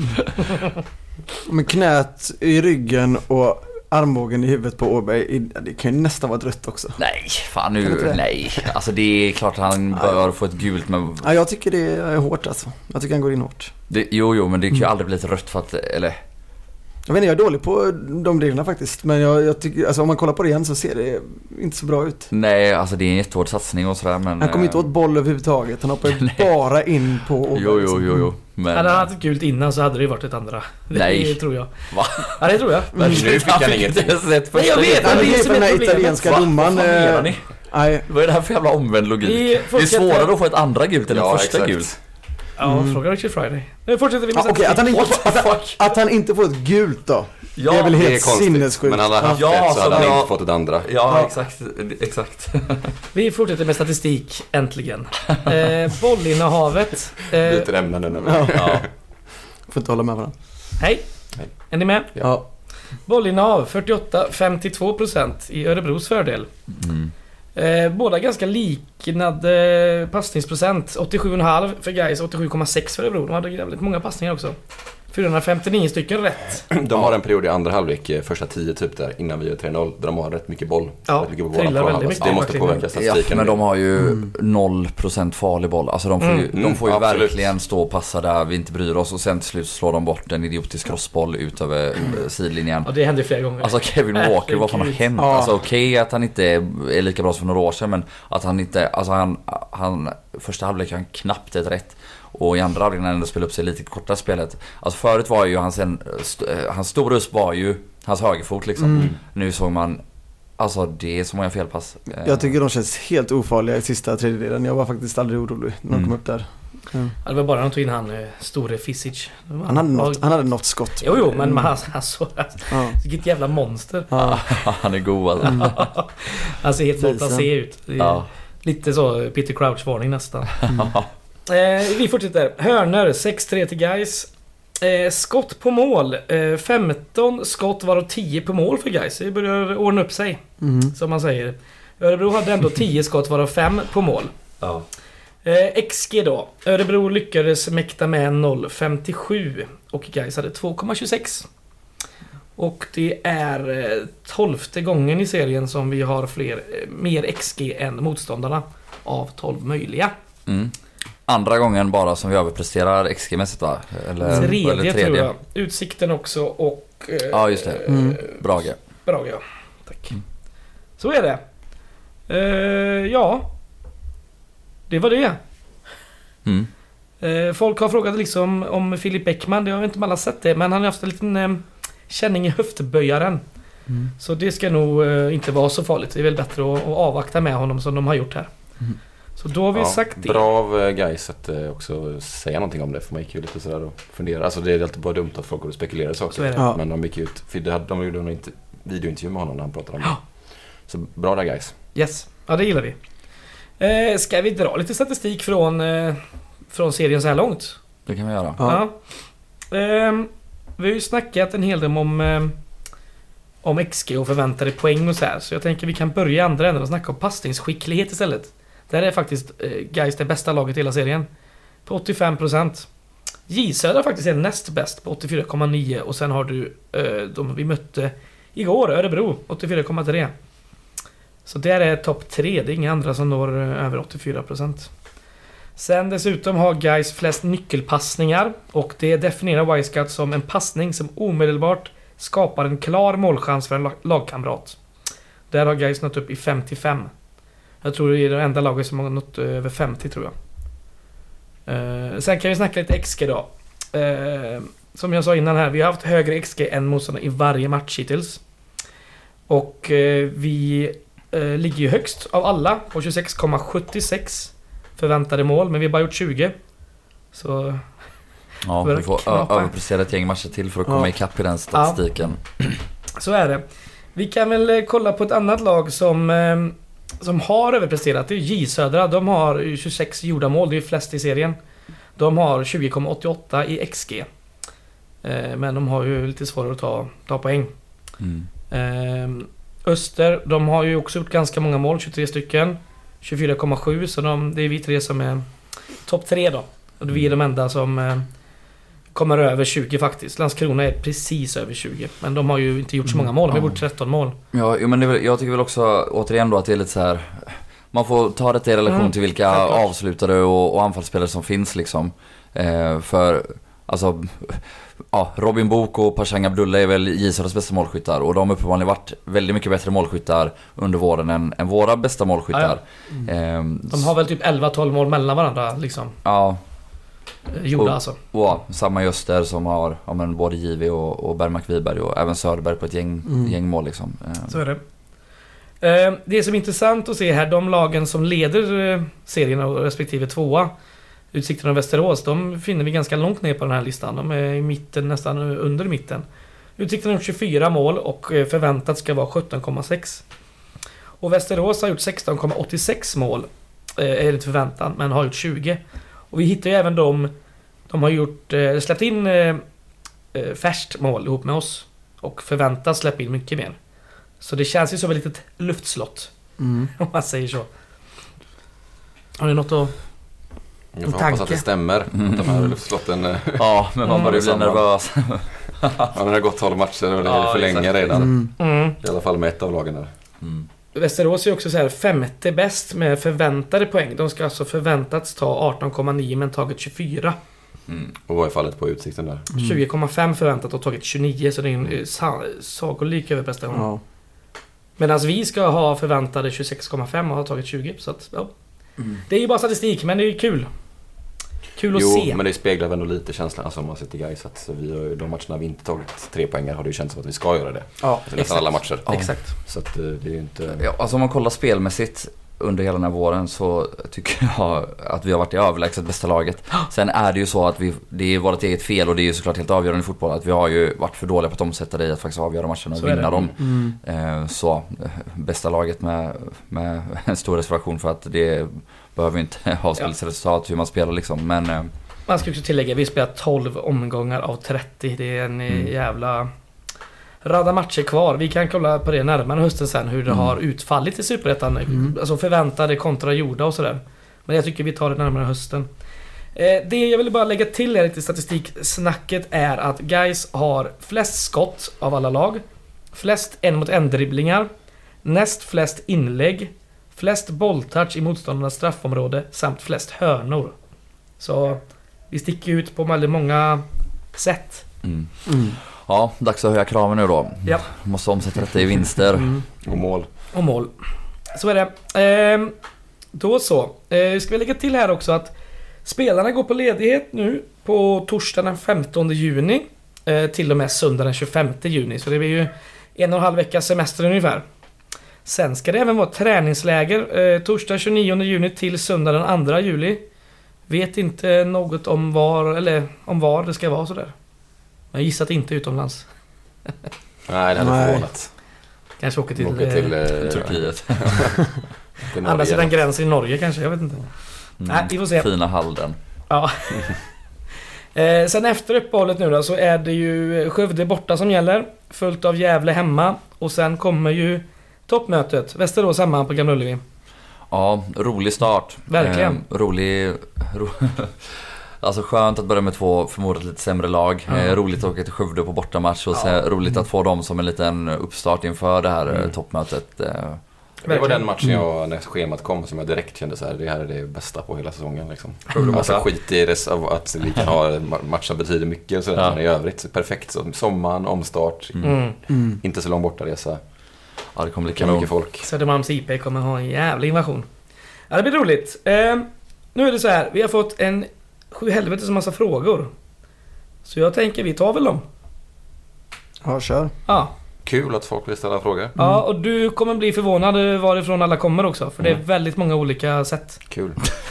men knät i ryggen och armbågen i huvudet på Åberg, det kan ju nästan vara rött också. Nej, fan nu, nej. Alltså det är klart att han bör få ett gult. Men... Ja, jag tycker det är hårt alltså. Jag tycker han går in hårt. Det, jo, jo, men det kan ju aldrig bli ett rött för att, eller... Jag vet inte, jag är dålig på de reglerna faktiskt. Men jag, jag tycker, alltså om man kollar på det igen så ser det inte så bra ut. Nej, alltså det är en jättehård satsning och sådär, men... Han kommer inte åt boll överhuvudtaget. Han hoppar ju bara in på Åberg. Jo, jo, jo, jo. Men... Hade han haft ett gult innan så hade det ju varit ett andra. Det Nej. tror jag. Va? Ja, det tror jag. Men nu fick han ingenting. Nej, jag vet. Han är för den här italienska domaren. Vad menar ni? Nej. Vad är det här för jävla omvänd logik? Vi det är svårare att få ett andra gult än ja, ett första exakt. gult. Ja, mm. fråga Richard Friday. Nu fortsätter vi med ah, okay, att, han inte, att, att han inte får ett gult då. Ja, det är väl helt sinnessjukt. Men alla haft ja, ett så hade han ja, inte fått ett andra. Ja, ja. exakt, exakt. Vi fortsätter med statistik, äntligen. Eh, bollinnehavet. Eh, Byter ämnen nu. Ja. Ja. Får inte hålla med varandra. Hej. Hej. Är ni med? Ja. Bollinnehav fyrtioåtta komma femtiotvå procent i Örebros fördel. Mm. Eh, båda ganska liknande passningsprocent. åttiosju komma fem för Gais, åttiosju komma sex för Örebro. De hade jävligt många passningar också. fyrahundrafemtionio stycken rätt. De har en period i andra halvlek, första tio typ där, innan vi gör tre noll, där de har rätt mycket boll. Ja, rätt mycket trillar väldigt mycket. Det måste påverka statistiken. Ja, men de har ju mm. noll procent farlig boll. Alltså de får ju, mm. de får ju mm, verkligen stå och passa där vi inte bryr oss. Och sen till slut slår de bort en idiotisk crossboll ut över mm. sidlinjen. Ja, det händer flera gånger. Alltså Kevin Walker, vad fan har hänt? Ja. Alltså okej okay, att han inte är lika bra som för några år sedan, men att han inte, alltså han, han första halvlek han knappt ett rätt. Och i andra halvlek när han ändå spelade upp sig lite kortare spelet. Alltså förut var ju hans, en, st- hans stora usp var ju hans högerfot liksom. Mm. Nu såg man Alltså det är så många felpass. Jag tycker de känns helt ofarliga i sista tredjedelen. Jag var faktiskt aldrig orolig när de Mm. kom upp där. Ja. Det var bara de tog in han eh, store Fisic. Han hade något, han hade något skott. Jo, jo, men han, han såg Ja. vilket jävla monster. Ja. Han är god alltså. Mm. Han ser helt Fisen. fantasi ut. Det är Ja. Lite så Peter Crouch-varning nästan. Eh, vi fortsätter. Hörner, sex tre till Gais. Eh, skott på mål. Eh, femton skott varav tio på mål för Gais. Det börjar ordna upp sig, Mm. som man säger. Örebro hade ändå tio skott varav fem på mål. Ja. Eh, X G då. Örebro lyckades mäkta med noll komma femtiosju och Gais hade två komma tjugosex. Och det är eh, tolfte gången i serien som vi har fler, eh, mer X G än motståndarna av tolv möjliga. Mm. Andra gången bara som vi överpresterar X G-mässigt va? Eller, Tredje, eller tredje tror jag. Utsikten också och... Eh, Ja, just det. Mm. Brage. Brage, ja. Tack. Mm. Så är det. Eh, ja. Det var det. Mm. Eh, folk har frågat liksom om Filip Bäckman. Jag vet inte om alla har sett det. Men han har haft en liten eh, känning i höftböjaren. Mm. Så det ska nog eh, inte vara så farligt. Det är väl bättre att, att avvakta med honom som de har gjort här. Mm. Så då har vi Ja, sagt det. bra av eh, Gais att eh, också säga någonting om det. För man gick ju lite sådär och funderade. Alltså det är alltid bara dumt att folk går och spekulerar saker. Så är det. Ja. Men de gick ut, för det hade, de gjorde nog inte videointervju med honom när han pratade om det. Ja. Så bra där Gais. Yes, ja det gillar vi. Eh, ska vi dra lite statistik från, eh, från serien så här långt? Det kan vi göra. Ja. Ja. Ehm, vi har ju snackat en hel del om, eh, om X G och förväntade poäng och så här. Så jag tänker vi kan börja i andra änden och snacka om passningsskicklighet istället. Där är faktiskt eh, Gais det bästa laget i hela serien. På åttiofem procent. J Södra faktiskt är näst bäst på åttiofyra komma nio. Och sen har du eh, de vi mötte igår, Örebro, åttiofyra komma tre. Så där är topp tre. Det är inga andra som når eh, över åttiofyra procent. Sen dessutom har Gais flest nyckelpassningar. Och det definierar Wisecout som en passning som omedelbart skapar en klar målchans för en lag- lagkamrat. Där har Gais nått upp i femtiofem. Jag tror det är det enda laget som har nått över femtio tror jag. Eh, sen kan vi snacka lite X G då. Eh, som jag sa innan här, vi har haft högre X G än motståndarna i varje match hittills. Och eh, vi eh, ligger ju högst av alla på tjugosex komma sjuttiosex förväntade mål, men vi har bara gjort tjugo. Så Ja, vi får ö- överprestera ett gäng matcher till för att komma Ja. ikapp i den statistiken. så är det. Vi kan väl eh, kolla på ett annat lag som eh, som har överpresterat. Det är J Södra. De har tjugosex gjorda mål. Det är flest i serien. De har tjugo komma åttioåtta i X G. Eh, men de har ju lite svårare att ta, ta poäng. Mm. Eh, Öster, de har ju också gjort ganska många mål. tjugotre stycken. tjugofyra komma sju. Så de, det är vi tre som är topp tre då. Och vi är de enda som eh, kommer över tjugo faktiskt. Landskrona är precis över tjugo. Men de har ju inte gjort så många mål. De har gjort tretton mål. Ja, jo, men det är väl, jag tycker väl också återigen då att det är lite så här. Man får ta det i relation Mm, till vilka självklart. avslutare och, och anfallsspelare som finns liksom. Eh, för alltså ja, Robin Bok och Pashang Abdullah är väl J Södras bästa målskyttar. Och de har uppenbarligen varit väldigt mycket bättre målskyttar under våren än, än våra bästa målskyttar. Ja, Eh, De har väl typ elva tolv mål mellan varandra liksom. ja, Eh, Gjorda Och- alltså. och ja, samma Öster som har ja, men både J V och, och Bergmark Wiberg och även Söderberg på ett gäng, Mm. gäng mål liksom. Eh, Så är det. Eh, Det som är intressant att se här, de lagen som leder eh, serien och respektive tvåa, Utsikten och Västerås, de finner vi ganska långt ner på den här listan. De är i mitten, nästan under mitten. Utsikten har gjort tjugofyra mål och eh, förväntat ska vara sjutton komma sex. Och Västerås har gjort sexton komma åttiosex mål, eh, är inte förväntan, men har gjort tjugo. Och vi hittar ju även dem, de har gjort, eh, släppt in eh, eh, färskt mål ihop med oss. Och förväntas släppa in mycket mer. Så det känns ju som ett litet luftslott, Mm. om man säger så. Har ni något att... Jag får En hoppas att tanke. det stämmer. Mm. Att de här luftslotten eh, ja, men man Mm. börjar bli nervös. ja, det har gått tolv matcher och det är Ja, för länge exakt. redan. Mm. Mm. I alla fall med ett av lagen där. Mm. Västerås är också så här femte bäst med förväntade poäng. De ska alltså förväntats ta arton komma nio men tagit tjugofyra. Mm. Och vad är fallet på Utsikten där? Mm. tjugo komma fem förväntat och tagit tjugonio, så det är en eh, sa- sagolik överprestation. Ja. Medan vi ska ha förväntade tjugosex komma fem och ha tagit tjugo. Så att, ja. Mm. Det är ju bara statistik, men det är ju kul. kul att jo, se. Jo, men det speglar väl ändå lite känslan alltså, om man sitter i Gais att vi har ju, de matcherna vi inte tagit tre poängar har det ju känts som att vi ska göra det. Ja, alltså, nästan alla matcher. Ja. Exakt. Så att det är ju inte... Ja, alltså om man kollar spelmässigt under hela den här våren så tycker jag att vi har varit i överlägset bästa laget. Sen är det ju så att vi, det är vårt eget fel och det är ju såklart helt avgörande i fotboll att vi har ju varit för dåliga på att omsätta det i att faktiskt avgöra matcherna och så vinna dem. Mm. Så bästa laget med, med en stor reservation för att det behöver inte ha spelsresultat hur man spelar liksom. Men man ska också tillägga, vi spelar tolv omgångar av trettio. Det är en mm. jävla rada matcher kvar. Vi kan kolla på det närmare hösten sen hur det mm. har utfallit i Superettan. Mm. Alltså förväntade kontra gjorda och sådär. Men jag tycker vi tar det närmare hösten. Eh, det jag vill bara lägga till är lite statistiksnacket är att Gais har flest skott av alla lag. Flest en mot en dribblingar. Näst flest inlägg. Flest bolltouch i motståndarnas straffområde. Samt flest hörnor. Så vi sticker ut på väldigt många sätt. Mm. Mm. Ja, dags att höja kraven nu då. Ja. Måste omsätta detta i vinster. Mm. Och mål. Och mål. Så är det. Eh, då så. Eh, ska vi lägga till här också att spelarna går på ledighet nu på torsdag den femtonde juni eh, till och med söndag den tjugofemte juni. Så det blir ju en och en halv vecka semester ungefär. Sen ska det även vara träningsläger eh, torsdag tjugonionde juni till söndag den andra juli. Vet inte något om var eller om var det ska vara så där. Jag gissat inte utomlands. Nej, det hade förvånat. Kanske åker till, åker till eh, Turkiet. Andra sidan gränsen i Norge kanske, jag vet inte. Mm. Nej, vi får se. Fina Halden. Ja. eh, sen efter uppehållet nu då så är det ju Skövde borta som gäller. Följt av Gävle hemma. Och sen kommer ju toppmötet. Västerås hemma på Gamla Ullevi. Ja, rolig start. Verkligen. Eh, rolig... Ro... Alltså skönt att börja med två förmodligen lite sämre lag. Mm. Eh, roligt att åka till Skövde på bortamatch och ja. roligt att få dem som en liten uppstart inför det här mm. toppmötet. Eh. Det var den matchen jag, när schemat kom, som jag direkt kände så här, det här är det bästa på hela säsongen liksom. Mm. Alltså skit i det, att vi kan ha matchen betyder mycket och så ja. men i övrigt perfekt som sommaren, omstart, mm. Mm. inte så lång bortaresa. Ja, det kommer bli kanon. Mycket folk. Södermalms I P kommer ha en jävla invasion. Ja, det blir roligt. Eh, nu är det så här, vi har fått en sju helvetes massa frågor. Så jag tänker vi tar väl dem. Ja, kör. Ja. Kul att folk vill ställa frågor. Mm. Ja, och du kommer bli förvånad varifrån alla kommer också. För mm. det är väldigt många olika sätt. Kul.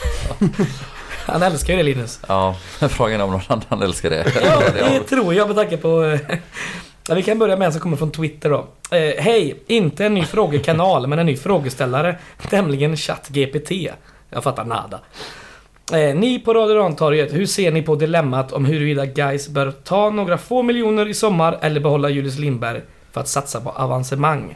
Han älskar ju det, Linus. Ja, frågan är om någon annan älskar det. Ja, det tror jag med tanke på... Ja, vi kan börja med en som kommer från Twitter då. Eh, Hej, inte en ny frågekanal men en ny frågeställare. Nämligen ChatGPT. Jag fattar nada. Eh, ni på Radio Rantorget, hur ser ni på dilemmat om huruvida Gais bör ta några få miljoner i sommar eller behålla Julius Lindberg för att satsa på avancemang?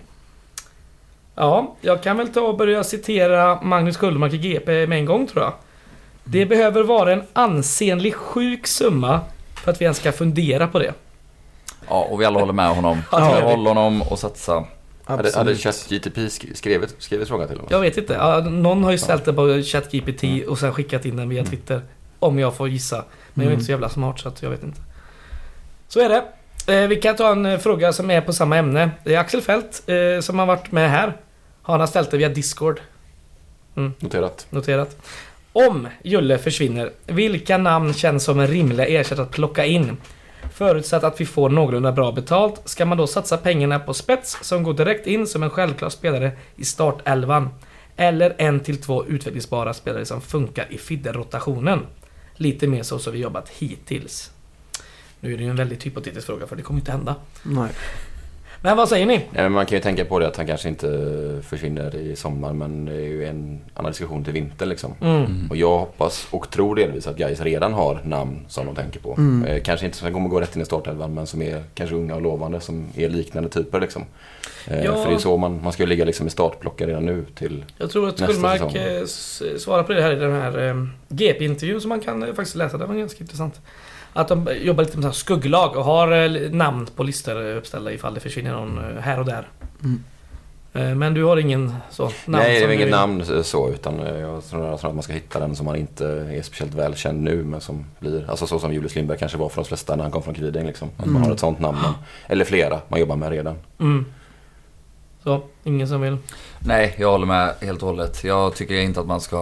Ja, jag kan väl ta och börja citera Magnus Kullmark i G P med en gång tror jag. Det behöver vara en ansenlig sjuk summa för att vi ens ska fundera på det. Ja, och vi alla håller med honom. Ja, ja, håller honom och satsa. Hade, hade ChatGPT skrivit, skrivit frågan till honom? Jag vet inte. Ja, någon har ju ställt det på ChatGPT mm. och sen skickat in den via Twitter. Om jag får gissa. Men jag är inte så jävla smart så att jag vet inte. Så är det. Eh, vi kan ta en fråga som är på samma ämne. Det är Axel Fält eh, som har varit med här. Han har ställt det via Discord. Mm. Noterat. Noterat. Om Julle försvinner, vilka namn känns som en rimlig ersättare att plocka in? Förutsatt att vi får någorlunda bra betalt, ska man då satsa pengarna på spets som går direkt in som en självklar spelare i startelvan? Eller en till två utvecklingsbara spelare som funkar i fidderrotationen? Lite mer så som vi jobbat hittills. Nu är det ju en väldigt hypotetisk fråga för det kommer inte hända. Nej. Men vad säger ni? Ja, men man kan ju tänka på det att han kanske inte försvinner i sommar, men det är ju en annan diskussion till vinter liksom. Mm. Och jag hoppas och tror delvis att Gais redan har namn som de tänker på. Mm. Eh, kanske inte som kommer gå rätt in i startelvan, men som är kanske unga och lovande, som är liknande typer liksom. Eh, ja. För det är så man, man ska ligga liksom i startplockar redan nu till jag tror att Kullmark eh, svarar på det här i den här eh, G P-intervjun som man kan eh, faktiskt läsa. Det var ganska intressant. Att de jobbar lite med skugglag och har namn på listor uppställda ifall det försvinner någon här och där. Mm. Men du har ingen så namn? Nej, det är inget namn så, utan jag tror att man ska hitta den som man inte är speciellt välkänd nu, men som blir, alltså så som Julius Lindberg kanske var för de flesta när han kom från Kviding liksom. Att mm. man har ett sånt namn, eller flera man jobbar med redan. Mm. Så, ingen som vill? Nej, jag håller med helt och hållet. Jag tycker inte att man ska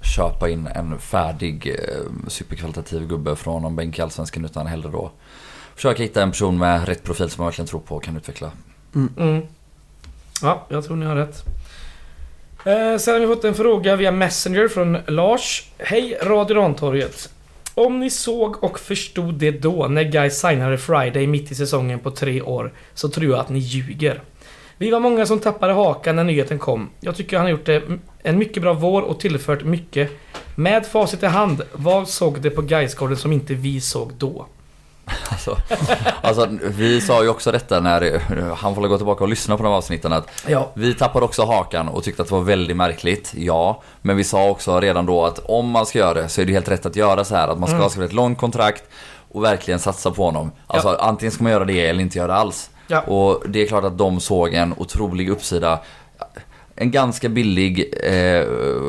köpa in en färdig eh, superkvalitativ gubbe från någon bänk i Allsvenskan, utan hellre då försöka hitta en person med rätt profil som man verkligen tror på och kan utveckla. Mm. Mm. Ja, jag tror ni har rätt. Eh, sen har vi fått en fråga via Messenger från Lars. Hej Radio Rantorget. Om ni såg och förstod det då när Guys signade Friday mitt i säsongen på tre år, så tror jag att ni ljuger. Vi var många som tappade hakan när nyheten kom. Jag tycker han har gjort en mycket bra vår och tillfört mycket. Med facit i hand, vad såg det på Gaisgården som inte vi såg då? Alltså, alltså, vi sa ju också detta när han får gå tillbaka och lyssna på de avsnitten, att ja. vi tappade också hakan och tyckte att det var väldigt märkligt, ja. Men vi sa också redan då att om man ska göra det så är det helt rätt att göra så här, att man ska mm. skriva ett långt kontrakt och verkligen satsa på honom. Alltså ja. antingen ska man göra det eller inte göra det alls. Ja. Och det är klart att de såg en otrolig uppsida. En ganska billig eh,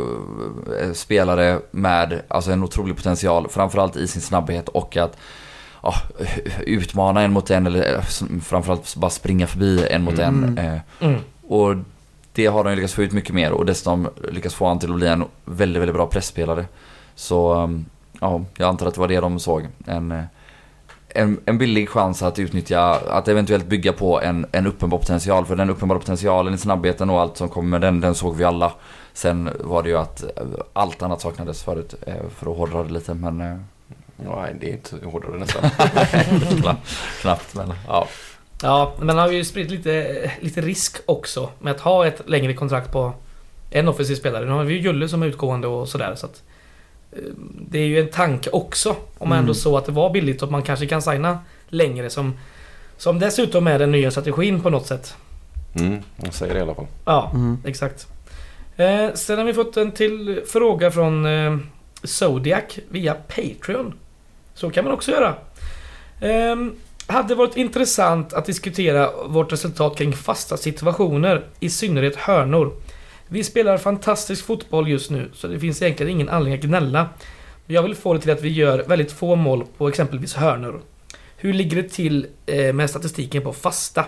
spelare med alltså en otrolig potential, framförallt i sin snabbhet, och att ja, utmana en mot en, eller framförallt bara springa förbi en mot mm. en. Eh, mm. Och det har de lyckats få ut mycket mer, och dessutom lyckats få han till att bli en väldigt, väldigt bra pressspelare. Så ja, jag antar att det var det de såg. En, en, en billig chans att utnyttja, att eventuellt bygga på en, en uppenbar potential. För den uppenbara potentialen i snabbheten och allt som kommer med den, den såg vi alla. Sen var det ju att allt annat saknades förut, för att hårdra det lite, men... Nej, det är inte hårdare nästan. Knappt, men ja. Ja, men han har ju spritt lite, lite risk också med att ha ett längre kontrakt på en offensiv spelare. Nu har vi ju Julle som är utgående och sådär, så att det är ju en tanke också, om man mm. ändå så att det var billigt och man kanske kan signa längre, som, som dessutom är den nya strategin på något sätt. Mm, jag säger det i alla fall. Ja, mm. exakt. Eh, sen har vi fått en till fråga från eh, Zodiac via Patreon. Så kan man också göra. Eh, hade varit intressant att diskutera vårt resultat kring fasta situationer, i synnerhet hörnor. Vi spelar fantastisk fotboll just nu, så det finns egentligen ingen anledning att gnälla. Jag vill få det till att vi gör väldigt få mål på exempelvis hörnor. Hur ligger det till eh, med statistiken på fasta?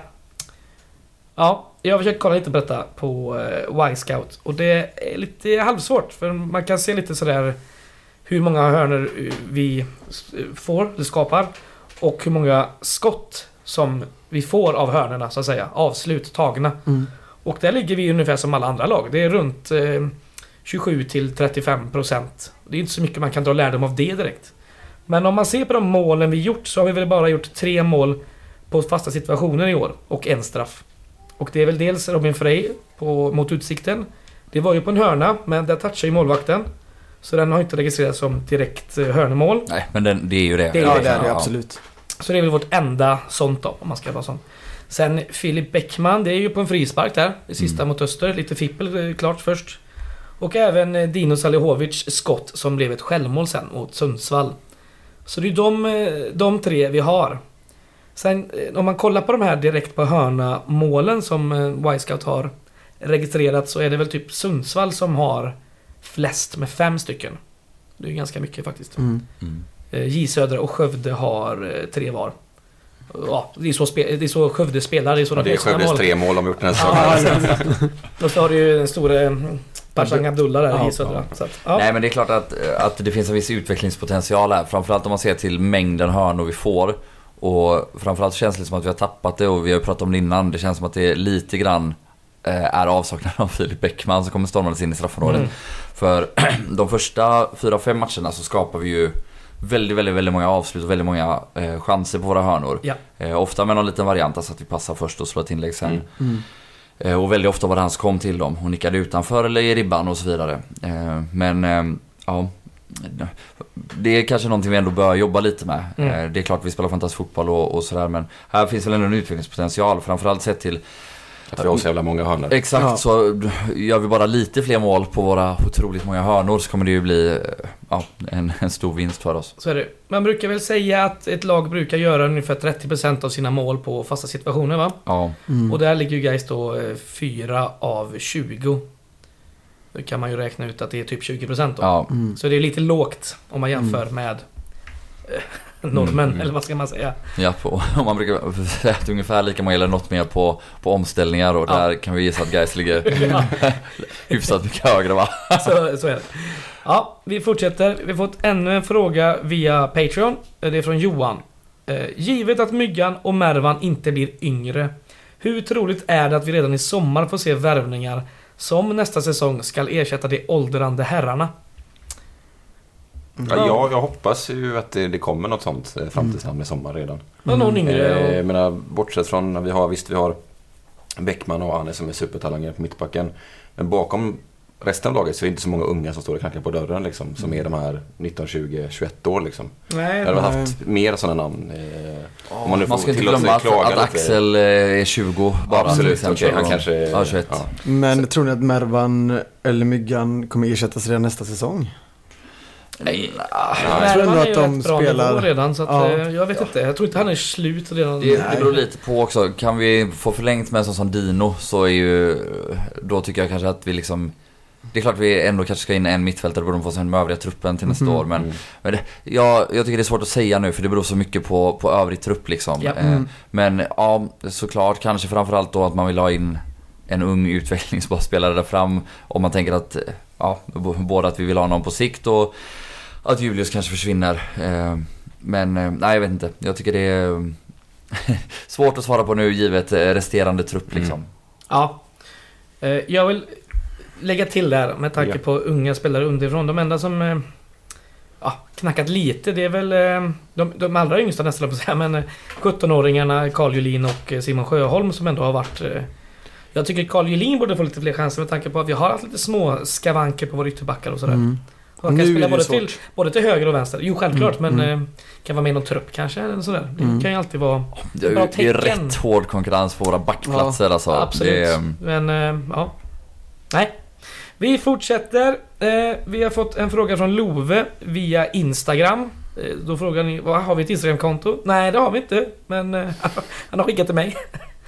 Ja, jag har försökt kolla lite på detta på eh, Y-Scout, och det är lite halvsvårt, för man kan se lite sådär hur många hörnor vi får, eller skapar, och hur många skott som vi får av hörnorna, så att säga, avslut tagna. Mm. Och där ligger vi ungefär som alla andra lag. Det är runt eh, tjugosju till trettiofem procent. Det är inte så mycket man kan dra lärdom av det direkt. Men om man ser på de målen vi gjort, så har vi väl bara gjort tre mål på fasta situationer i år, och en straff. Och det är väl dels Robin Frey på, mot Utsikten. Det var ju på en hörna, men där touchar ju målvakten. Så den har inte registrerats som direkt eh, hörnemål. Nej, men den, det är ju det. det är ja, det, det är det ja. absolut. Så det är väl vårt enda sånt då, om man ska vara sån. Sen Filip Bäckman, det är ju på en frispark där. Det sista mm. mot Öster, lite fippel klart först. Och även Dino Salihovic skott som blev ett självmål sen mot Sundsvall. Så det är de, de tre vi har. Sen om man kollar på de här direkt på hörna målen som Y-Scout har registrerat, så är det väl typ Sundsvall som har flest med fem stycken. Det är ju ganska mycket faktiskt. Mm. Mm. J Södra och Skövde har tre var. Ja, det är så, spe- det är så Skövde spelar. Det är, så ja, de det är Skövdes tre mål de gjort den här säsongen. Och så har du ju den stora Persang Abdullah där ja, i Södra. Ja. Så att, ja. Nej, men det är klart att, att det finns en viss utvecklingspotential här. Framförallt om man ser till mängden hörnor vi får. Och framförallt känns det som att vi har tappat det, och vi har ju pratat om det innan. Det känns som att det är lite grann är avsaknad av Filip Bäckman som kommer stormandes in i straffområdet. Mm. För de första fyra fem matcherna så skapar vi ju väldigt, väldigt, väldigt många avslut och väldigt många eh, chanser på våra hörnor. Ja. Eh, ofta med någon liten variant, alltså att vi passar först och slår ett inlägg sen. Mm. Mm. Eh, och väldigt ofta var det han som kom till dem och nickade utanför eller i ribban och så vidare. Eh, men eh, ja, det är kanske någonting vi ändå bör jobba lite med. Mm. Eh, det är klart vi spelar fantastisk fotboll och, och sådär, men här finns väl ändå en utvecklingspotential, framförallt sett till att vi har så jävla många hörnor. Exakt, ja. Så gör vi bara lite fler mål på våra otroligt många hörnor, så kommer det ju bli ja, en, en stor vinst för oss. Så är det. Man brukar väl säga att ett lag brukar göra ungefär trettio procent av sina mål på fasta situationer, va? Ja. Mm. Och där ligger ju Gais då fyra av tjugo. Då kan man ju räkna ut att det är typ tjugo procent då. Ja. Mm. Så det är lite lågt om man jämför mm. med normen, Mm. eller vad ska man säga? Ja, på, om man brukar säga att ungefär lika många eller något mer på, på omställningar och Ja. där kan vi gissa att guys ligger hyfsat mycket högre, va? Så, så är det. Ja, vi fortsätter. Vi har fått ännu en fråga via Patreon. Det är från Johan. Eh, givet att Myggan och Mervan inte blir yngre, hur troligt är det att vi redan i sommar får se värvningar som nästa säsong ska ersätta de åldrande herrarna? Ja, jag, jag hoppas ju att det, det kommer något sånt eh, framtidsnamn i sommar redan. Mm. Någon yngre och... Eh, jag menar, bortsett från, vi har, visst vi har Bäckman och Anne som är supertalanger på mittbacken. Men bakom resten av laget så är det inte så många unga som står och knackar på dörren liksom, som är de här nitton, tjugo, tjugoett år liksom. Nej, jag hade haft mer sådana namn. Eh, Oh, om man nu man får ska inte tillåta sig glömma att, klaga att lite. Axel är tjugo bara. Absolut, till okej, exempel. han kanske är- Ja, tjugoett. ja. Men tror ni att Mervan eller Myggan kommer ersättas redan nästa säsong? Nej, Jag tror ändå att de spelar- redan, så att, Ja. eh, jag vet inte. Jag tror inte han är slut redan. Det, det beror lite på också. Kan vi få förlängt med en sån som Dino, så är ju, då tycker jag kanske att vi liksom, det är klart vi ändå kanske ska in en mittfältare på de får sen med övriga truppen till nästa Mhm. år. Men, men det, jag, jag tycker det är svårt att säga nu, för det beror så mycket på, på övrig trupp liksom. Ja. Eh, Mm. Men ja, såklart kanske framförallt då att man vill ha in en ung utvecklingsbar spelare där fram. Om man tänker att, ja, b- både att vi vill ha någon på sikt och att Julius kanske försvinner. Eh, Men eh, nej, jag vet inte. Jag tycker det är eh, svårt att svara på nu givet eh, resterande trupp liksom. Mm. Ja. Eh, Jag vill lägga till där med tanke Ja. på unga spelare underifrån. De enda som eh, ja, knackat lite, det är väl eh, de, de allra yngsta nästan på att säga, men eh, sjuttonåringarna Carl Julin och eh, Simon Sjöholm som ändå har varit... eh, Jag tycker Carl Julin borde få lite fler chanser med tanke på att vi har haft lite små skavanker på våra ytterbackar och sådär. Mm. Han Nu kan är spela det både svårt. till, både till höger och vänster. Jo, självklart, Mm, men mm. eh, kan vara med i någon trupp kanske eller sådär. Det Mm. kan ju alltid vara... Det är, Bra ju- det är tecken. rätt hård konkurrens på våra backplatser alltså. Absolut. Det är, Men, eh, ja. Nej. Vi fortsätter. Eh, vi har fått en fråga från Love via Instagram. Eh, då frågar ni, vad, har vi ett Instagram-konto? Nej, det har vi inte. Men eh, han har skickat till mig.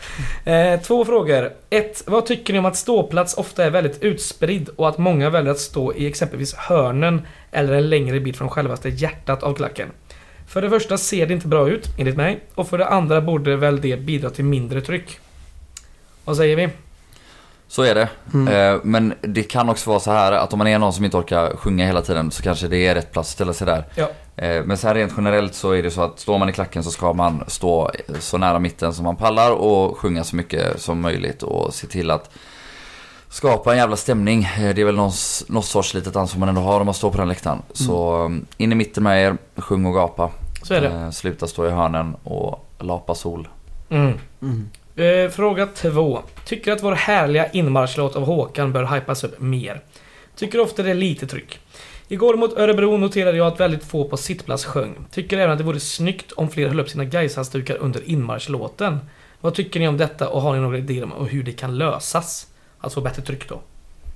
eh, två frågor. Ett, vad tycker ni om att ståplats ofta är väldigt utspridd och att många väljer att stå i exempelvis hörnen eller en längre bit från självaste hjärtat av klacken? För det första ser det inte bra ut, enligt mig. Och för det andra borde väl det bidra till mindre tryck. Vad säger vi? så är det. Mm. Eh, Men det kan också vara så här att om man är någon som inte orkar sjunga hela tiden, så kanske det är rätt plats att ställa sig där. Ja. Eh, Men sen rent generellt så är det så att står man i klacken så ska man stå så nära mitten som man pallar och sjunga så mycket som möjligt och se till att skapa en jävla stämning. Eh, Det är väl någon, någon sorts litet ansvar man ändå har om man står på den läktaren. Så um, in i mitten med er, sjung och gapa. Så är det. Eh, Sluta stå i hörnen och lapa sol. Mm. Mm. Eh, fråga två. Tycker att vår härliga inmarschlåt av Håkan bör hypas upp mer. Tycker ofta det är lite tryck. Igår mot Örebro noterade jag att väldigt få på sittplats sjöng. Tycker även att det vore snyggt om fler höll upp sina Gaisa-stukar under inmarschlåten. Vad tycker ni om detta och har ni några idéer om hur det kan lösas? Att få bättre tryck då.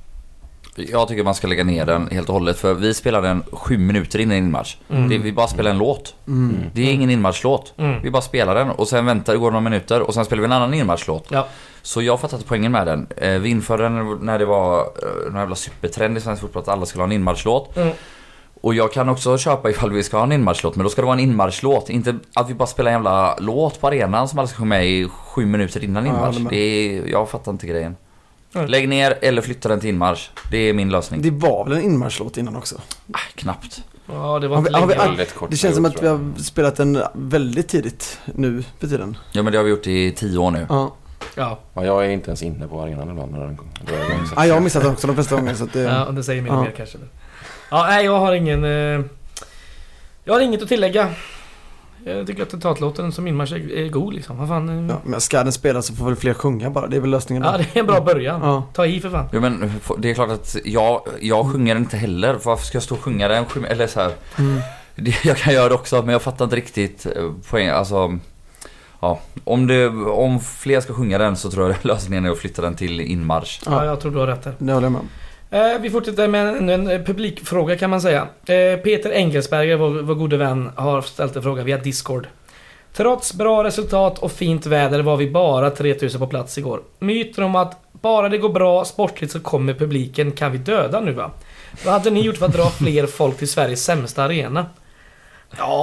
Jag tycker man ska lägga ner den helt och hållet, för vi spelar den sju minuter innan inmarsch. Mm. Det, vi bara spelar en låt. Mm. Det är ingen inmarschlåt. Mm. Vi bara spelar den och sen väntar det går några minuter och sen spelar vi en annan inmarschlåt. Ja. Så jag fattar inte poängen med den. Eh, Vi införde den när det var eh, någon jävla supertrend i svensk fotboll att alla skulle ha en inmarschlåt. Mm. Och jag kan också köpa ifall vi ska ha en inmarschlåt, men då ska det vara en inmarschlåt. Inte att vi bara spelar en jävla låt på arenan som alla ska sjunga med i sju minuter innan Ja, jag inmarsch. håller med. Det är, jag fattar inte grejen. Mm. Lägg ner eller flytta den till inmarsch. Det är min lösning. Det var väl en inmarschlåt innan också? Ah, knappt. Ja, det var Har vi- inte har vi länge. all- Väldigt kort Det känns som period, att vi tror har spelat den väldigt tidigt nu på tiden. Ja, men det har vi gjort i tio år nu. Ja. Ja, Ja, jag är inte ens inne på arenan ibland när den drar igång. så- Ja, jag har missat den också de flesta gånger så att det... ja det säger mer och Ja. mer kanske. Ja, nej, jag har ingen... Eh, jag har inget att tillägga. Jag tycker att tentatlåten som inmarsch är, är god liksom. Vad fan... eh, Ja, men ska den spelas så får väl fler sjunga bara. Det är väl lösningen Ja, då. det är en bra början. Ja. Ta i för fan. Jo, men det är klart att jag, jag sjunger inte heller. Varför ska jag stå och sjunga den? Sjung- Eller så här. Mm. Det, jag kan göra det också, men jag fattar inte riktigt eh, poäng. Alltså, ja, om, det, om fler ska sjunga den så tror jag att lösningen är att flytta den till inmarsch. Ja, Ja, jag tror du har rätt där. det håller jag med om. Eh, vi fortsätter med en, en, en publikfråga kan man säga. Eh, Peter Engelsberger, vår, vår gode vän, har ställt en fråga via Discord. Trots bra resultat och fint väder var vi bara tre tusen på plats igår. Myten om att bara det går bra sportligt så kommer publiken kan vi döda nu va? Vad hade ni gjort för att dra fler folk till Sveriges sämsta arena? Ja,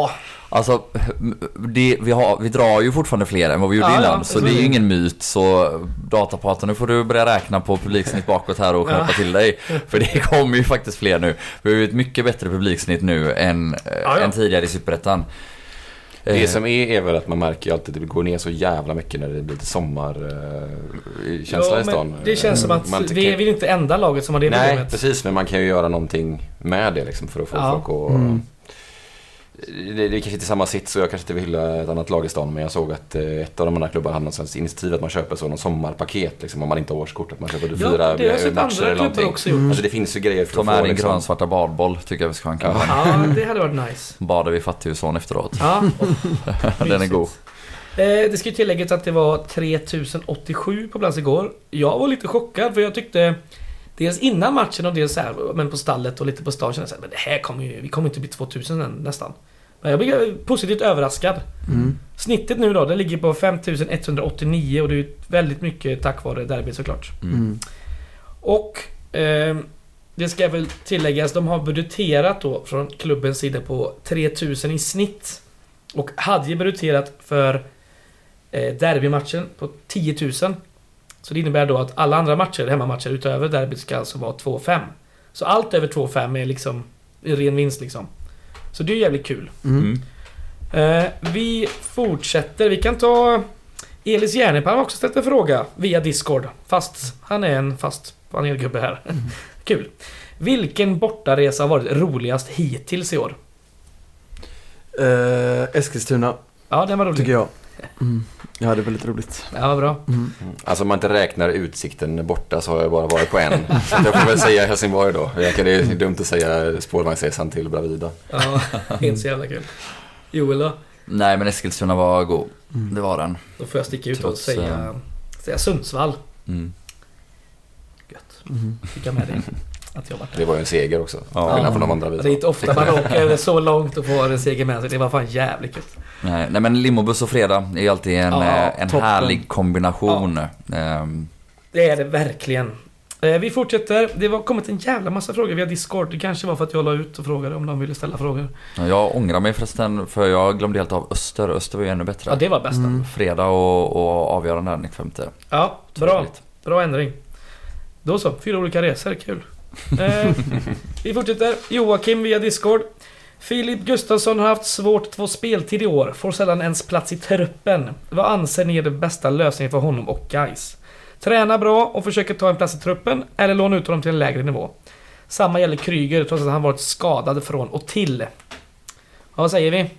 Alltså, det, vi, har, vi drar ju fortfarande fler än vad vi gjorde ja, innan. ja, så det är ju ingen myt. Så dataparten, nu får du börja räkna på publiksnitt bakåt här och skärpa ja. till dig. För det kommer ju faktiskt fler nu. Vi har ju ett mycket bättre publiksnitt nu än, ja, ja. än tidigare i Superettan. Det som är är väl att man märker ju alltid att det går ner så jävla mycket när det blir lite sommarkänsla ja, i stan. Det känns som att man vi är kan... inte enda laget som har det Nej, problemet. precis, men man kan ju göra någonting med det liksom för att få ja. folk att... Mm. Det, det är kanske inte samma sits, så jag kanske inte vill hylla ett annat lag i stan, men jag såg att ett av de andra klubbarna hade något initiativ att man köper så någon sommarpaket liksom, om man inte har årskort, att man köper ja, fyra matcher eller någonting. Också gjort. Alltså det finns ju grejer för Ta med din liksom. grönsvarta badboll tycker jag vi ska ha en kampanj. Ja, det hade varit nice. Badar vi fattighushån efteråt. Ja. Den är god. Eh, det ska ju tilläggas att det var tre tusen åttiosju på plats igår. Jag var lite chockad för jag tyckte dels innan matchen och dels här, men på stallet och lite på stan kände jag att men det här kommer ju, vi kommer inte bli tvåtusen än, nästan. Men jag blev positivt överraskad. Mm. Snittet nu då, det ligger på femtusen etthundraåttionio och det är ju väldigt mycket tack vare derbyt såklart. Mm. Och eh, det ska väl tilläggas, de har budgeterat då från klubbens sida på tre tusen i snitt. Och hade ju budgeterat för eh, derbymatchen på tio tusen. Så det innebär då att alla andra matcher, hemmamatcher utöver derbyt ska alltså vara två fem. Så allt över två fem är liksom en ren vinst liksom. Så det är jävligt kul. Mm. Eh, vi fortsätter. Vi kan ta Elis Järnepalm har också ställt en fråga via Discord. Fast han är en fast panelgubbe här. Mm. Kul. Vilken bortaresa har varit roligast hittills i år? Eh, Eskilstuna. Ja, den var rolig. Tycker jag. Mm. Ja, det är väldigt roligt. Ja, bra. Mm. Alltså om man inte räknar utsikten borta så har jag bara varit på en. Så jag får väl säga Helsingborg då. Det är dumt att säga spårvagnsresan till Bravida. Ja, inte så jävla kul. Joel då? Nej, men Eskilstuna var god. Mm. Det var den. Då får jag sticka ut och säga, säga Sundsvall. Mm. Gött. Mm. Fick jag med det. Att jag var det var ju en seger också. Ja. Ja. Från de andra det är inte ofta man åker så långt och får en seger med sig. Det var fan jävligt kul. Nej, nej men limobuss och fredag är ju alltid en, ja, en härlig kombination. Ja. Um. Det är det verkligen. Eh, vi fortsätter. Det var kommit en jävla massa frågor via Discord. Det kanske var för att jag la ut och frågade om de ville ställa frågor. Ja, jag ångrar mig förresten för jag glömde helt av Öster. Öster var ju ännu bättre. Ja, det var bästa. Mm. Fredag och, och avgörande nittiofemte. Ja, bra. Bra ändring. Då så, fyra olika resor, kul. eh, vi fortsätter. Joakim via Discord. Filip Gustafsson har haft svårt att få speltid i år. Får sällan ens plats i truppen. Vad anser ni är det bästa lösningen för honom och guys? Träna bra och försöka ta en plats i truppen eller låna ut honom till en lägre nivå. Samma gäller Kryger trots att han varit skadad från och till. Ja, vad säger vi?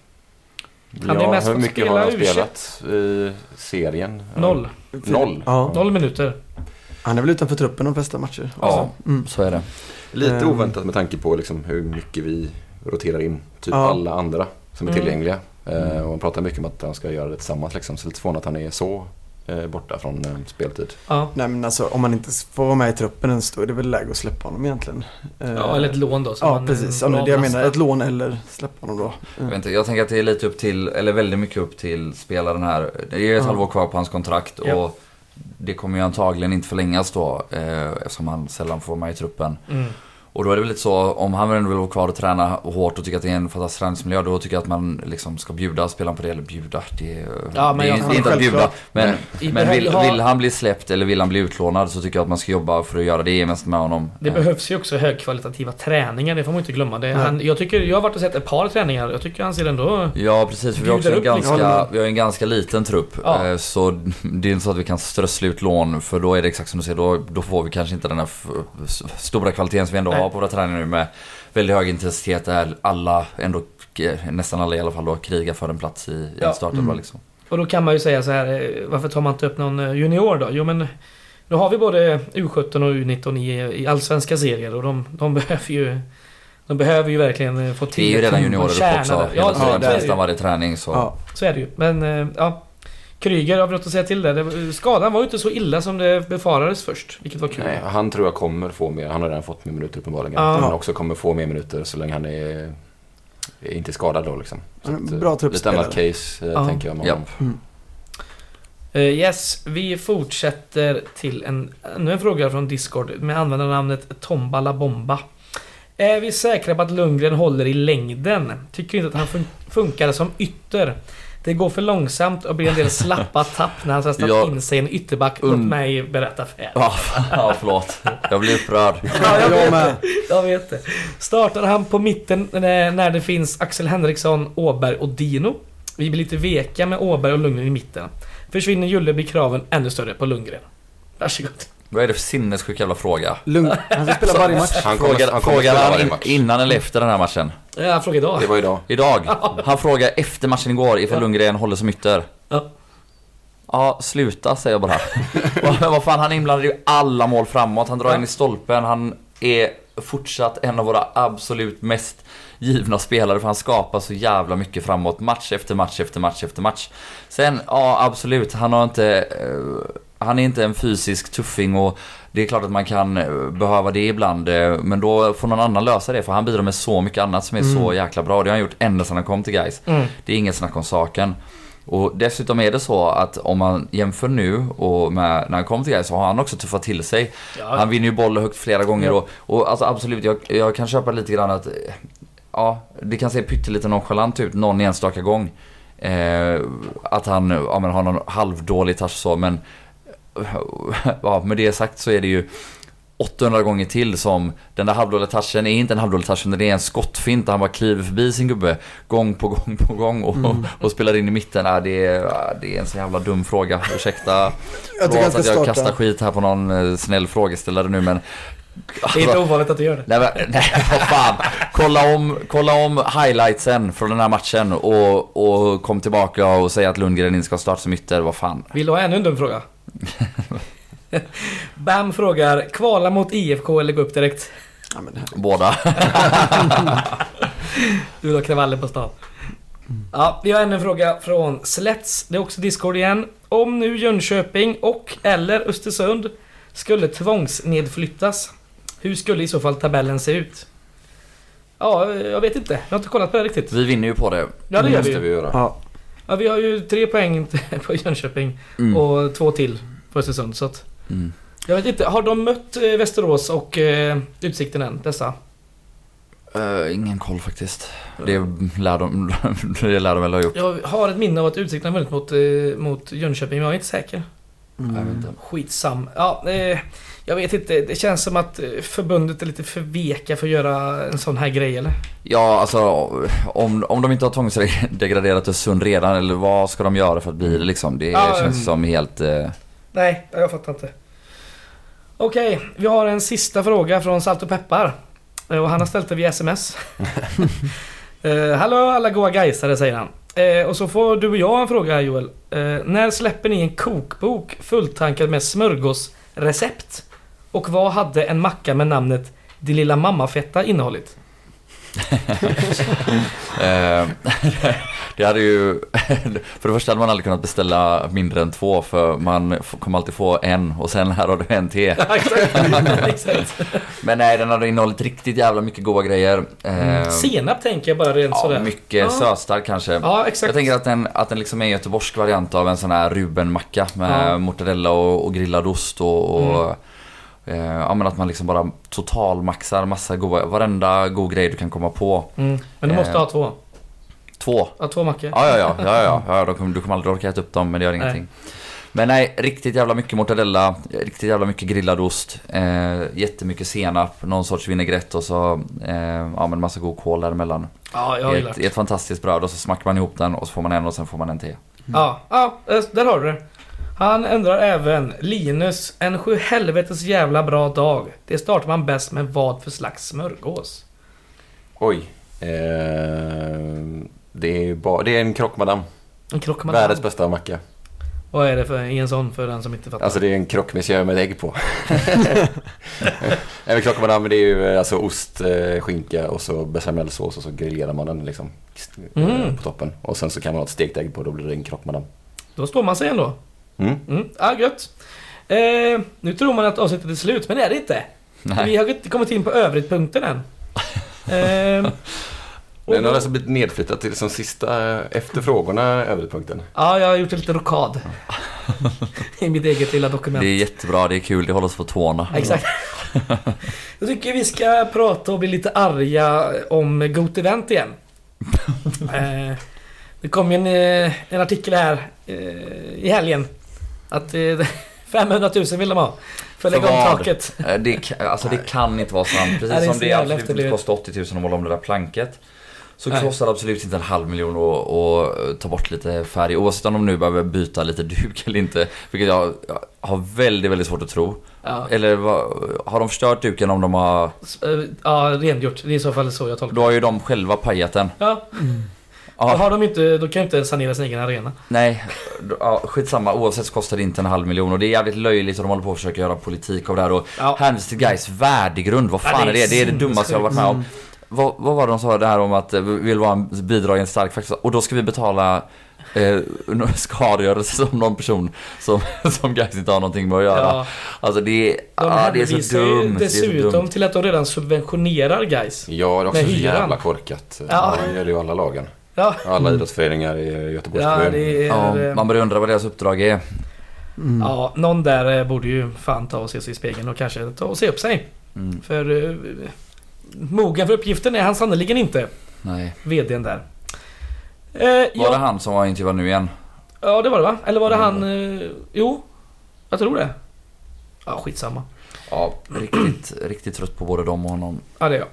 Han ja, mest hur mycket har han spelat i serien? Noll. Noll? Ja. Noll minuter. Han är väl utanför truppen de flesta matcher. Ja, alltså. mm. så är det. Lite um. oväntat med tanke på liksom hur mycket vi roterar in typ ja. alla andra som är tillgängliga. Mm. Uh, och man pratar mycket om att han ska göra det tillsammans. Liksom. Så lite förvånat att han är så uh, borta från uh, speltid. Ja. Nej, men alltså, om man inte får vara med i truppen ens då är det väl läge att släppa honom egentligen. Uh, ja, eller ett lån då. Ja, precis. Ja, det jag menar, ett lån eller släppa honom då. Uh. Jag, vet inte, jag tänker att det är lite upp till, eller väldigt mycket upp till spelaren här. Det är ett uh. halvår kvar på hans kontrakt och ja. det kommer ju antagligen inte förlängas då eh, eftersom han sällan får med i truppen. Mm. Och då är det väl lite så, om han vill vara kvar och träna hårt och tycker att det är en fantastisk träningsmiljö, då tycker jag att man liksom ska bjuda spelaren på det, eller bjuda, det, ja, men det, är, det är inte att bjuda. Men, men, men vill, vill han bli släppt eller vill han bli utlånad så tycker jag att man ska jobba för att göra det mest med honom. Det ja. behövs ju också högkvalitativa träningar, det får man inte glömma. Det, han, jag, tycker, jag har varit och sett ett par träningar, jag tycker han ser ändå... Ja, precis, för vi har också en ganska, liksom. vi har en ganska liten trupp, ja. så det är inte så att vi kan strössla ut lån, för då är det exakt som du säger, då, då får vi kanske inte den här f- stora kvaliteten som vi ändå Nej. har på våra träningar nu med väldigt hög intensitet där alla ändå, nästan alla i alla fall då, krigar för en plats i, ja. i starten mm. liksom. Och då kan man ju säga så här, varför tar man inte upp någon junior då? Jo, men då har vi både U sjutton och U nitton i, i allsvenska serier och de, de behöver ju de behöver ju verkligen få till. Det är ju redan juniorer upp också. Ja, ja, det är nästan varje träning så. Ja, så är det ju. Men ja, Kryger har brott att säga till det. Skadan var ju inte så illa som det befarades först, vilket var kul. Nej, han tror jag kommer få mer. Han har redan fått mer minuter uppenbarligen. Ja. Han också kommer få mer minuter så länge han är, är inte skadad då liksom. Så att, bra lite annat case ja. tänker jag. Ja. Mm. Uh, yes, vi fortsätter till en, nu en fråga från Discord med användarnamnet Tombala Bomba. Är vi säkra på att Lundgren håller i längden? Tycker inte att han fun- funkar som ytter. Det går för långsamt och blir en del slappa tapp när han kastat Ja. in sig en ytterback. Låt Mm. mig berätta för er. Ja, ja, förlåt. Jag blir upprörd. Ja, jag vet Jag med. det. Jag vet det. Startar han på mitten när det finns Axel Henriksson, Åberg och Dino. Vi blir lite veka med Åberg och Lundgren i mitten. Försvinner Julle blir kraven ännu större på Lundgren. Varsågod. Vad är det för sinnessjuk jävla fråga? Lugn. Han ska spela varje match. Han kommer, Frågar, han kommer frågar spela han varje in, match. innan eller efter den här matchen? Jag frågar idag. Det var idag. Idag. Han frågar efter matchen igår ifall Ja. Lundgren håller som ytter. Ja. Ja, sluta säger jag bara. Men vad fan, han är inblandad i alla mål framåt. Han drar Ja. in i stolpen. Han är fortsatt en av våra absolut mest givna spelare, för han skapar så jävla mycket framåt. Match efter match efter match efter match. Sen, ja absolut, han har inte... Uh, han är inte en fysisk tuffing och det är klart att man kan behöva det ibland, men då får någon annan lösa det, för han bidrar med så mycket annat som är mm. så jäkla bra. Det har han gjort ända sedan han kom till Gais. Mm. Det är inget snack om saken. Och dessutom är det så att om man jämför nu och med när han kom till Gais, så har han också tuffat till sig. Ja. Han vinner ju boll högt flera gånger ja. och, och alltså absolut, jag, jag kan köpa lite grann att ja, det kan se pyttelite nonchalant ut någon enstaka gång. Eh, att han ja, men har någon halvdålig touch så, men ja, med det sagt så är det ju åttahundra gånger till som den där halvdåliga touchen är inte en halvdålig touch, utan det är en skottfint där han bara kliver förbi sin gubbe gång på gång på gång och, mm. och spelar in i mitten. Ja, det, är, det är en så jävla dum fråga. Ursäkta jag att jag starta. kastar skit här på någon snäll frågeställare nu, men det är inte ovanligt att du gör det. Nej, men, nej vad fan. Kolla om, kolla om highlightsen från den här matchen och, och kom tillbaka och säga att Lundgren inte ska starta som ytter. Vad fan. Vill du ha ännu en dum fråga? Bam frågar, kvala mot I F K eller gå upp direkt? Ja, men båda. Du har kravaller på stan. Ja, vi har ännu en fråga från Slätts. Det är också Discord igen. Om nu Jönköping och eller Östersund skulle tvångsnedflyttas, hur skulle i så fall tabellen se ut? Ja, jag vet inte. Jag har inte kollat på det riktigt. Vi vinner ju på det. Ja, det gör vi. vi göra. Ja. Ja, vi har ju tre poäng på Jönköping mm. och två till på Östersund, så att mm. jag vet inte, har de mött eh, Västerås och eh, Utsikten än, dessa? Uh, ingen koll faktiskt. Det lär de, det lär de väl ha gjort. Jag har ett minne av att Utsikten har vunnit mot, eh, mot Jönköping, men jag är inte säker. Mm. Jag vet inte. Skitsam. Ja, eh, jag vet inte, det känns som att förbundet är lite för veka för att göra en sån här grej, eller? Ja, alltså om, om de inte har tvångsdegraderat Östersund redan, eller vad ska de göra för att bli det liksom? Det ja, känns mm. som helt... Eh... Nej, jag fattar inte. Okej, vi har en sista fråga från Salt och Peppar. Och han har ställt det via sms. uh, Hallå alla goa gaisare, säger han. uh, Och så får du och jag en fråga här, Joel. uh, När släpper ni en kokbok fulltankad med smörgåsrecept? Och vad hade en macka med namnet Din lilla mammafetta innehållit? Det hade ju för det första hade man aldrig kunnat beställa mindre än två, för man kommer alltid få en och sen här har du en till. Exakt. Men nej, den hade innehållit riktigt jävla mycket goda grejer. mm. Senap tänker jag bara rent ja, sådär. Mycket ja. sötstark kanske. Ja, exakt. Jag tänker att den, att den liksom är en göteborgsk variant av en sån här Rubenmacka med ja. mortadella och, och grillad ost och, och mm. Ja, men att man liksom bara totalmaxar massa goda, varenda god grej du kan komma på. Mm. Men du måste eh, ha två. Två? Ja, två mackor. Ja, ja, ja, ja, ja, ja du, kommer, du kommer aldrig orka äta upp dem, men det gör ingenting. Nej. Men nej, riktigt jävla mycket mortadella, riktigt jävla mycket grillad ost, eh, jättemycket senap, någon sorts vinägrett och så eh, ja, men massa god kål däremellan. Ja, jag ett, ett fantastiskt bröd och så smackar man ihop den och så får man en och sen får man en till. Mm. Ja, ja, där har du det. Han ändrar även Linus, en sju helvetes jävla bra dag. Det startar man bäst med vad för slags smörgås? Oj. Eh, det är ju bara, det är en krockmadam. En krockmadam. Världens bästa macka. Vad är det för en sån för den som inte fattar? Alltså det är en krockmessier med ägg på. En krockmadam, det är ju alltså ost, skinka och så bechamelsås och så grillerar man den liksom mm. på toppen. Och sen så kan man ha ett stekt ägg på, då blir det en krockmadam. Då står man sig ändå. Mm. Mm. Ja, gött. Eh, nu tror man att avsnittet är slut, men det är det inte. Nej. Vi har inte kommit in på övrigt-punkten än. eh, Den har alltså blivit nedflyttat till som sista efterfrågorna övrigt-punkten. Ja, jag har gjort en liten rokad i mitt eget lilla dokument. Det är jättebra, det är kul, det håller oss på tårna. Exakt. Jag tycker vi ska prata och bli lite arga om GOAT-event igen. eh, det kom ju en, en artikel här eh, i helgen att eh, femhundratusen vill de ha för att lägga om taket. Det, alltså det kan inte vara sant. Precis det som det absolut inte kostar åttio tusen att måla om det där planket, så Nej. kostar det absolut inte en halv miljon att, att ta bort lite färg, oavsett om de nu behöver byta lite duk eller inte, vilket jag har väldigt, väldigt svårt att tro. Ja. Eller vad, har de förstört duken om de har... Ja, rengjort. Det är i så fall så jag tolkar. Då har ju de själva pajat den. Ja. Mm. Ja. Då, har de inte, då kan ju inte sanera sin egen arena. Nej, ja, skitsamma. Oavsett så kostar det inte en halv miljon. Och det är jävligt löjligt att de håller på att försöka göra politik av det här. Och ja. hänvis till guys värdegrund. Vad fan ja, det är det? Det är det dummaste jag har varit med om. Vad, vad var det de sa det här om att vi vill vara en bidrag i en stark faktor? Och då ska vi betala eh, skadegörelse som någon person som, som guys inte har någonting med att göra. Ja. Alltså det, de ah, det är så dumt. Dessutom till att de redan subventionerar guys. Ja, det är också så jävla korkat. Ja. Det gäller ju alla lagen. Ja. Alla idrottsföreningar i Göteborgs ja, det är, ja, man börjar undra vad deras uppdrag är. Mm. Ja, någon där borde ju fan ta och se sig i spegeln och kanske ta och se upp sig. Mm. För uh, mogen för uppgiften är han sannoliken inte. Nej. Vdn där. Uh, var ja. det han som var intervjuad nu igen? Ja, det var det va? Eller var det mm. han... Uh, jo, jag tror det. Ja, skitsamma. Ja, riktigt, riktigt trött på både dem och honom. Ja, det är jag.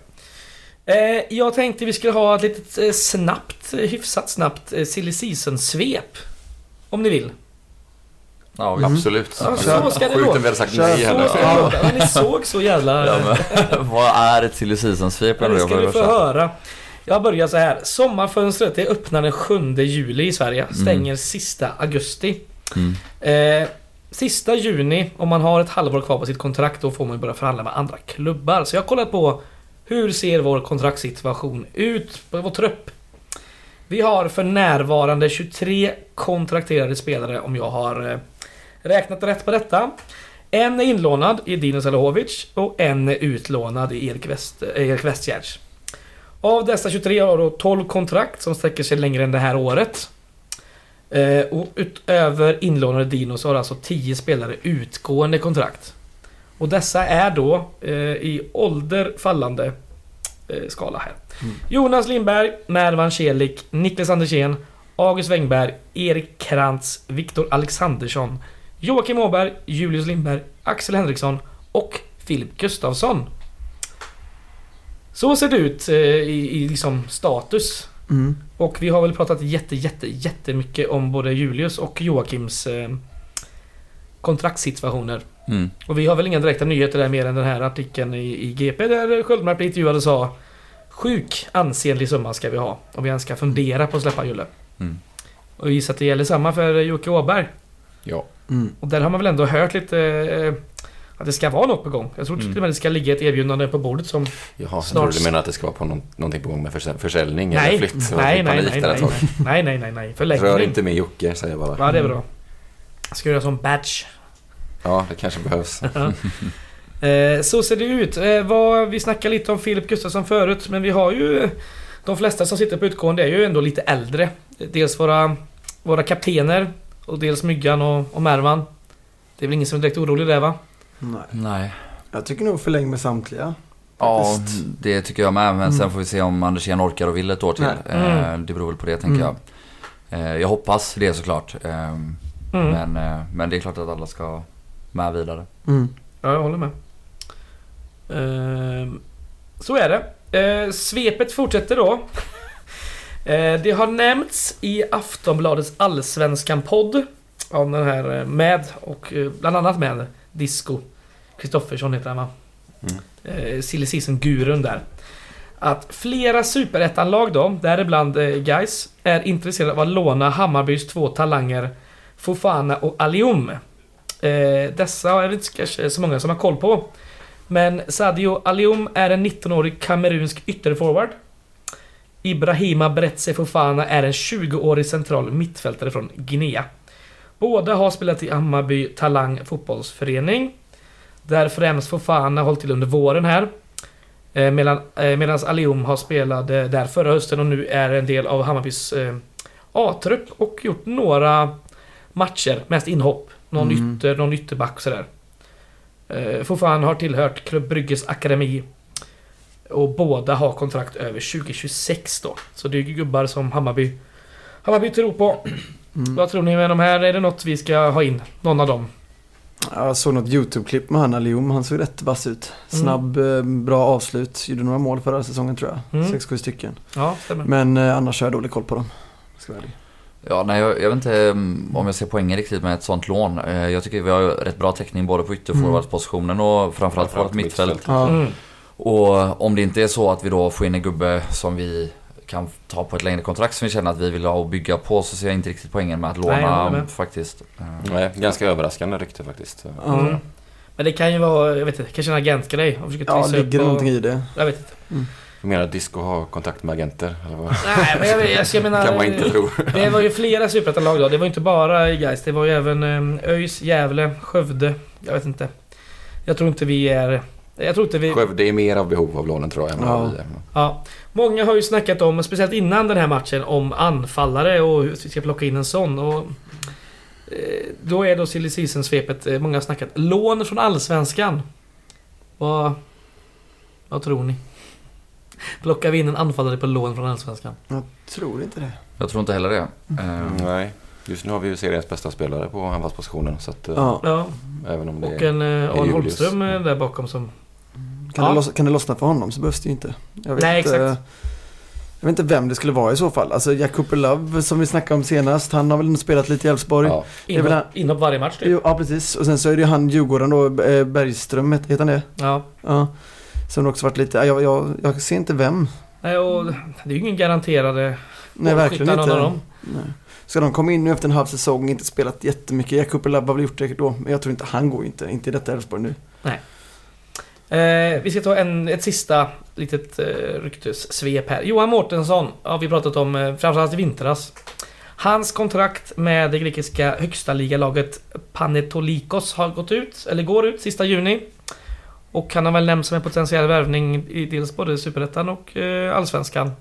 Jag tänkte vi skulle ha ett litet snabbt, hyfsat snabbt silly season-svep. Om ni vill. Ja, mm. absolut. Ja, så ska det Sjukt om vi hade sagt nej här. Ja, ja, ni såg så jävla... Ja, men, vad är ett silly season-svep? Ja, det ska vi få höra. Jag börjar så här. Sommarfönstret är öppnar den sjunde juli i Sverige. Stänger mm. sista augusti. Mm. Eh, sista juni, om man har ett halvår kvar på sitt kontrakt, då får man börja förhandla med andra klubbar. Så jag har kollat på hur ser vår kontraktssituation ut på vår trupp. Vi har för närvarande tjugotre kontrakterade spelare om jag har räknat rätt på detta. En är inlånad i Dino Selahovic och en är utlånad i Erik, West, Erik Westgärds. Av dessa tjugotre har då tolv kontrakt som sträcker sig längre än det här året. Och utöver inlånade Dino så har alltså tio spelare utgående kontrakt. Och dessa är då eh, i ålder fallande eh, skala här. Mm. Jonas Lindberg, Mervan Celik, Niklas Andersén, August Wengberg, Erik Krantz, Viktor Alexandersson, Joakim Åberg, Julius Lindberg, Axel Henriksson och Filip Gustafsson. Så ser det ut eh, i, i liksom status. Mm. Och vi har väl pratat jätte, jätte, jättemycket om både Julius och Joakims eh, kontraktssituationer. Mm. Och vi har väl inga direkta nyheter där mer än den här artikeln i, i G P där Sköldmark blev intervjuad och sa sjuk ansenlig summa ska vi ha om vi ens ska fundera på att släppa Julle. Mm. Och gissar att det gäller samma för Jocke Åberg. Ja. Mm. Och där har man väl ändå hört lite eh, att det ska vara något på gång. Jag tror mm. till och med det ska ligga ett erbjudande på bordet som Jaha, snart... jag tror du menar att det ska vara på någon, någonting på gång med försä- försäljning nej. eller flytt. Nej, nej, nej, nej, nej, nej, nej, nej, nej. Förlängning. Rör inte med Jocke, säger jag bara. Ja, det är bra. Jag ska göra som badge. Ja, det kanske behövs. eh, så ser det ut. Eh, vad, vi snackade lite om Filip Gustafsson förut, men vi har ju de flesta som sitter på utgående är ju ändå lite äldre. Dels våra, våra kaptener och dels Myggan och, och Mervan. Det är väl ingen som är direkt orolig där, va? Nej. Nej. Jag tycker nog förläng med samtliga. Ja, faktiskt. Det tycker jag med. Men mm. sen får vi se om Andersén orkar och vill ett år till. Eh, det beror väl på det, tänker mm. jag. Eh, jag hoppas det såklart. Eh, mm. men, eh, men det är klart att alla ska med vidare. Mm. Ja, jag håller med. Eh, så är det. Eh, svepet fortsätter då. eh, det har nämnts i Aftonbladets Allsvenskan-podd om den här med och bland annat med Disco Kristoffersson heter han, va? Mm. Eh, silly season-gurun där. Att flera superettanlag då, däribland eh, guys, är intresserade av att låna Hammarbys två talanger Fofana och Alium. Eh, dessa är det inte kanske så många som har koll på. Men Sadio Alium är en nittonårig kamerunsk ytterforward. Ibrahima Bretse Fofana är en tjugoårig central mittfältare från Guinea. Båda har spelat i Hammarby Talang fotbollsförening. Där främst Fofana hållit till under våren här. Eh, medan, eh, medans Alium har spelat eh, där förra hösten och nu är en del av Hammarbys eh, A-trupp och gjort några matcher, mest inhopp. Någon, mm. ytter, någon ytterback och sådär. Eh, Fofana har tillhört Klubb Brygges akademi. Och båda har kontrakt över tjugo tjugosex då. Så det är ju gubbar som Hammarby Hammarby tror på. Mm. Vad tror ni med de här? Är det något vi ska ha in? Någon av dem? Jag såg något YouTube-klipp med Hanna Leum. Han såg rätt vass ut. Snabb, mm. bra avslut. Gjorde några mål förra säsongen tror jag. Mm. sex sju stycken. Ja, stämmer. Men eh, annars har jag dålig koll på dem. Ska jag Ja, nej, jag, jag vet inte om jag ser poängen riktigt med ett sånt lån. Jag tycker vi har rätt bra täckning både på ytter- och forwardspositionen och framförallt på vårt mittfält. Ja. Mm. Och om det inte är så att vi då får in en gubbe som vi kan ta på ett längre kontrakt som vi känner att vi vill ha och bygga på, så ser jag inte riktigt poängen med att låna. Nej, faktiskt. Nej, ganska överraskande rykte faktiskt. Mm. Mm. Men det kan ju vara, jag vet inte, kanske en agentgrej. Ja, ligger och... någonting i det. Jag vet inte. Mm. Du menar att Disco har kontakt med agenter? Eller vad? Nej, men jag, jag, jag menar... kan man inte tro. Det var ju flera superettan-lag då. Det var inte bara i Gais. Det var ju även um, ÖIS, Gävle, Skövde. Jag vet inte. Jag tror inte vi är... Jag tror inte vi... Skövde är mer av behov av lånen tror jag. Ja. Ja. Många har ju snackat om, speciellt innan den här matchen, om anfallare och hur vi ska plocka in en sån. Och, eh, då är då silly season-svepet, många har snackat. Lån från Allsvenskan. Vad, vad tror ni? Plockar vi in en anfallare på lån från Allsvenskan? Jag tror inte det. Jag tror inte heller det. Mm. Um, nej. Just nu har vi ju seriens bästa spelare på anfallspositionen. Så att, ja. Ja. Även om det och en uh, Arne Holmström mm. där bakom som... Kan, ja. det lossna, kan det lossna för honom så behövs det ju inte. Jag vet, nej, exakt. Uh, jag vet inte vem det skulle vara i så fall. Alltså Jack Cooper-Love som vi snackade om senast, han har väl spelat lite i Elfsborg. Ja. Inhopp, han... inhopp varje match typ. Ja, precis. Och sen så är det ju han Djurgården då, Bergström, heter han det? Ja. Ja. Som också varit lite, jag, jag, jag ser inte vem. Nej, och det är ju ingen garanterade... Nej, verkligen inte. Dem. Nej. Ska de komma in nu efter en halv säsong, inte spelat jättemycket. Jack Cooper-Love har väl gjort det då, men jag tror inte han går inte. Inte i detta Elfsborg nu. Nej. Eh, vi ska ta en, ett sista litet eh, ryktessvep här. Johan Mårtensson har vi pratat om eh, framförallt i vintras. Hans kontrakt med det grekiska högsta ligalaget Panetolikos har gått ut, eller går ut sista juni. Och han har väl nämnt som en potentiell värvning i dels både Superettan och eh, Allsvenskan.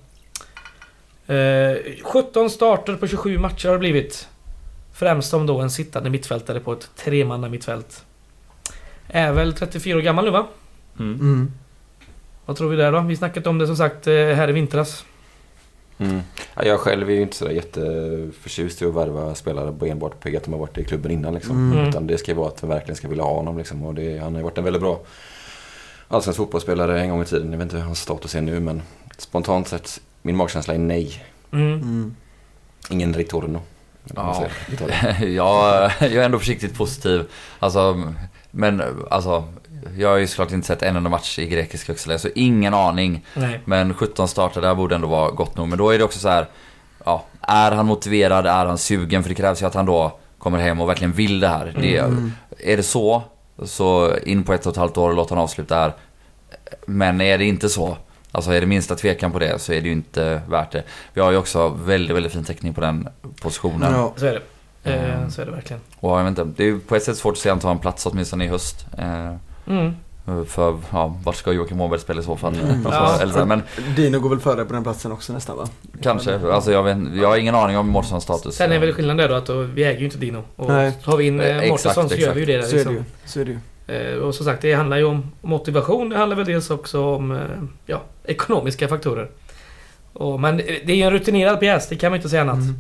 Eh, sjutton starter på tjugosju matcher har det blivit. Främst som då en sittande mittfältare på ett tremanna mittfält. Är väl trettiofyra år gammal nu va? Mm. Mm. Vad tror vi där då? Vi snackat om det som sagt här i vintras. Mm. Ja, jag själv är ju inte så jätteförtjust i att värva spelare på enbart på att de har varit i klubben innan liksom. Mm. Utan det ska vara att vi verkligen ska vilja ha honom liksom. Och det, han har varit en väldigt bra allsvensk fotbollsspelare en gång i tiden. Jag vet inte hur hans status är nu, men spontant sett min magkänsla är nej. Mm. Mm. Ingen Ritorno. Ja. Ja, jag är ändå försiktigt positiv. Alltså, men alltså jag har ju såklart inte sett en enda match i grekisk högsta, så ingen aning. Nej. Men sjutton starter där borde ändå vara gott nog. Men då är det också så här, ja, är han motiverad, är han sugen? För det krävs ju att han då kommer hem och verkligen vill det här. Mm. Det, är det så, så in på ett och ett halvt år och låt han avsluta här. Men är det inte så, alltså är det minsta tvekan på det, så är det ju inte värt det. Vi har ju också väldigt, väldigt fin täckning på den positionen. Ja, så är det. Eh, så är det verkligen. Och jag vet inte, det är ju på ett sätt svårt att se han ta en plats åtminstone i höst. Eh, mm. För, ja, vart ska Joakim Åberg spela i så fall? Mm. Alltså, ja, eller, men, Dino går väl före på den platsen också nästan va? Kanske, alltså jag, vet, jag har ingen aning om Mårtenssons status. Sen är väl skillnaden där då att då, vi äger ju inte Dino. Och Nej. har vi in eh, Mårtensson så gör vi ju det där. Så är det ju. Så är det ju. Eh, och som sagt, det handlar ju om motivation. Det handlar väl dels också om eh, ja, ekonomiska faktorer. Och, men det är ju en rutinerad pjäs, det kan man inte säga annat. Mm.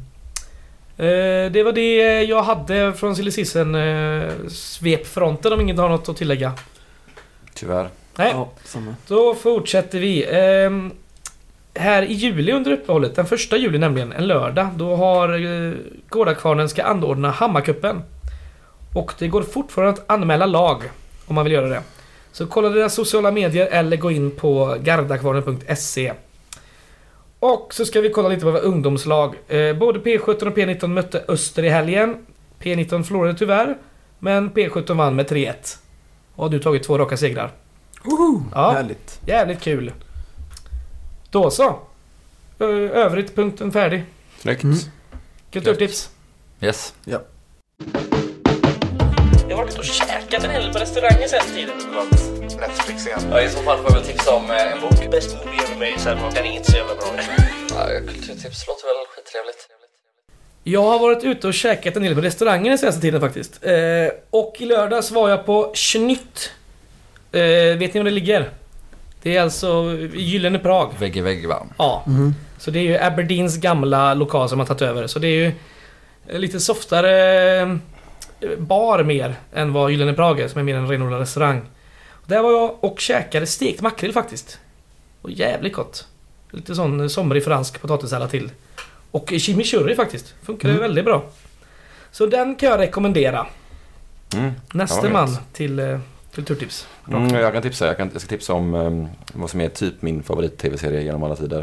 Eh, det var det jag hade från silly season eh, svepfronten, om ingen har något att tillägga. Tyvärr. Nej, ja, då fortsätter vi. Eh, här i juli under uppehållet, den första juli nämligen, en lördag, då har eh, Gårdakvarnen ska anordna Hammarkuppen. Och det går fortfarande att anmäla lag om man vill göra det. Så kolla deras sociala medier eller gå in på gardakvarnen punkt se. Och så ska vi kolla lite på våra ungdomslag. Eh, både P sjutton och P nitton mötte Öster i helgen. P nitton förlorade tyvärr, men P sjutton vann med tre ett. Och har du tagit två raka segrar. Oho, ja, härligt. Jävligt kul. Då så. Övrigt punkten färdig. Snyggt. Mm. Kulturtips. Yes. Ja. Jag har varit och käkat en hel del på restauranger sen tiden. Netflix igen. Ja, i så fall får jag väl tipsa om en bok. Best movie ever made, sen den är inte så jävla bra. Ja, kulturtips låter väl skittrevligt. Jag har varit ute och käkat en del på restauranger den senaste tiden faktiskt. Eh, och i lördags var jag på Schnytt Eh, vet ni var det ligger? Det är alltså i Gyllene Prag. Vägg i vägg, va? Ja. Mm. Så det är ju Aberdeens gamla lokal som har tagit över. Så det är ju lite softare bar mer än vad Gyllene Prag är, som är mer en renodlad restaurang. Där var jag och käkade stekt makrill faktiskt. Och jävligt gott. Lite sån somrig fransk potatissallad till. Och chimichurri faktiskt. Funkar mm. väldigt bra. Så den kan jag rekommendera. Mm. Nästa ja, man till eh, kulturtips. Mm, jag kan tipsa. Jag, kan, jag ska tipsa om um, vad som är typ min favorit-tv-serie genom alla tider.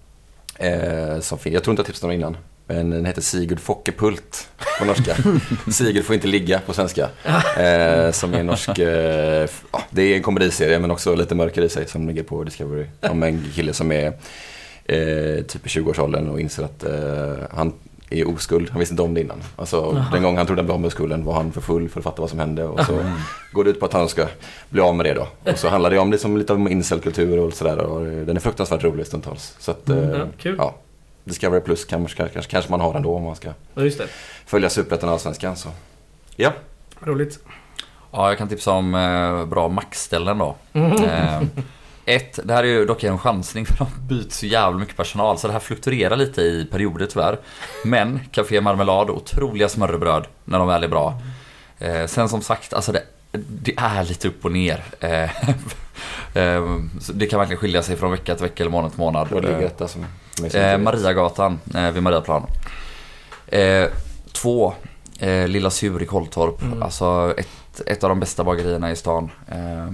Eh, som fin- jag tror inte jag tipsade om innan. Men den heter Sigurd Fockepult på norska. Sigurd får inte ligga på svenska. Eh, som är en norsk... Eh, ja, det är en komediserie men också lite mörkare i sig som ligger på Discovery. Om en kille som är eh, typ i tjugoårsåldern och inser att eh, han är oskuld. Han visste inte om det innan. Alltså, den gången han trodde han blev av med skulden var han för full för att fatta vad som hände. Och så mm. går det ut på att han ska bli av med det då. Och så handlar det om liksom, lite om incelkultur och sådär. Och den är fruktansvärt rolig stundtals. Så att, mm, eh, ja, kul. Ja. Discovery Plus kanske, kanske, kanske man har ändå om man ska ja, just det. följa Superettan och Allsvenskan. Så. Ja. Roligt. Ja, jag kan tipsa om eh, bra mackställen då. Mm. Eh, ett, det här är ju dock en chansning för de byter så jävla mycket personal så det här fluktuerar lite i perioder tyvärr. Men Café Marmelad, otroliga smörrebröd när de väl är bra. Eh, sen som sagt, alltså det, det är lite upp och ner. Eh, eh, det kan verkligen skilja sig från vecka till vecka eller månad till månad. Vad ligger detta som Eh, Mariagatan eh, vid Mariaplan. Eh, två eh, Lilla Sur i Kolltorp. Mm. Alltså ett, ett av de bästa bagerierna i stan. Eh,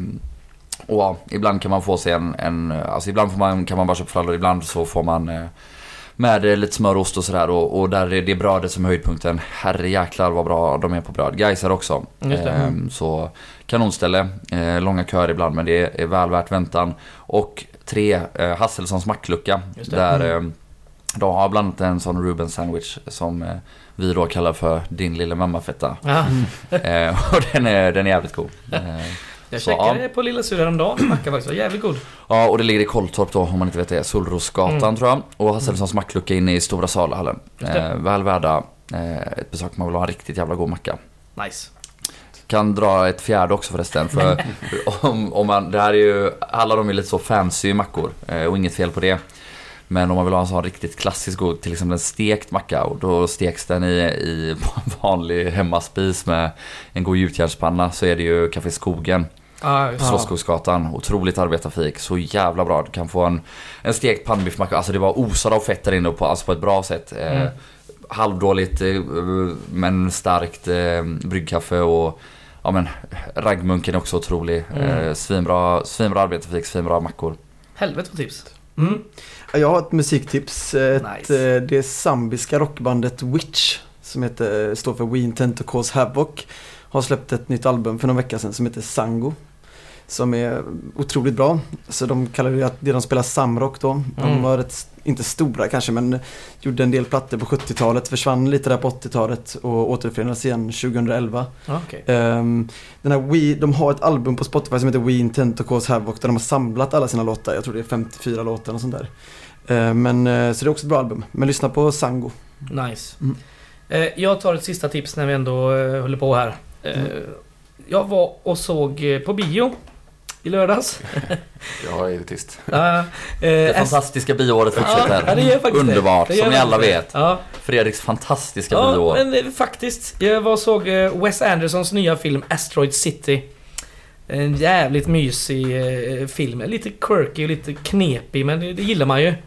och ja, ibland kan man få sig en, en alltså ibland får man, kan man bara köpa frallor. Ibland så får man eh, med lite smör och ost och sådär. Och, och där är det brödet som är höjdpunkten. Herre jäklar vad bra de är på bröd. Gaisar också. Eh, så kanonställe. Eh, långa köer ibland men det är väl värt väntan. Och tre, eh, Hasselssons macklucka. Där mm. eh, de har bland annat en sån Ruben sandwich som eh, vi då kallar för din lilla mammafetta. Mm. eh, och den är, den är jävligt god. Eh, jag checkade ja. på Lilla Sur häromdagen. Macka faktiskt var jävligt god. Ja, och det ligger i Kolltorp då, om man inte vet det. Solrosgatan mm. tror jag. Och Hasselssons macklucka inne i Stora Salahallen. Eh, väl värda eh, ett besök. Man vill ha en riktigt jävla god macka. Nice. Kan dra ett fjärde också förresten. För om, om man, det här är ju, alla de är lite så fancy mackor. Eh, och inget fel på det. Men om man vill ha en sån riktigt klassisk god, till exempel en stekt macka, och då steks den i, i vanlig hemmaspis med en god gjutjärnspanna, så är det ju Café Skogen. Ah, Slottsskogsgatan, otroligt arbetarfik, så jävla bra. Du kan få en, en stekt pannbiffmacka, alltså det var osad av fett där inne på, alltså på ett bra sätt. Mm. Eh, halvdåligt eh, men starkt eh, bryggkaffe och ja men raggmunken är också otrolig. Mm. Eh, svinbra, svinbra arbetarfik, svinbra mackor. Helvete vad tips. Mm. Jag har ett musiktips. Ett, nice. Det är zambiska rockbandet Witch som heter, står för We Intend to Cause Havoc. Har släppt ett nytt album för några veckor sedan som heter Sango. Som är otroligt bra. Så de kallar det att det de spelar samrock då. De mm. var rätt, inte stora kanske, men gjorde en del plattor på sjuttiotalet. Försvann lite där på åttiotalet och återförenades igen tjugoelva. Okay. Um, den här We, de har ett album på Spotify som heter We Intend to Cause Havoc där de har samlat alla sina låtar. Jag tror det är femtiofyra låtar och sånt där. Uh, men, uh, så det är också ett bra album. Men lyssna på Sango. Nice. Mm. Uh, jag tar ett sista tips när vi ändå uh, håller på här. Uh, mm. Jag var och såg uh, på bio i lördags. Jag är tyst. Uh, uh, det fantastiska bioåret fortsätter. Ja, det gör faktiskt underbart, det. Det som ni alla vet. Ja. Fredriks fantastiska ja, bioår. Men faktiskt, jag var och såg uh, Wes Andersons nya film Asteroid City. En jävligt mysig uh, film. Lite quirky och lite knepig, men det, det gillar man ju.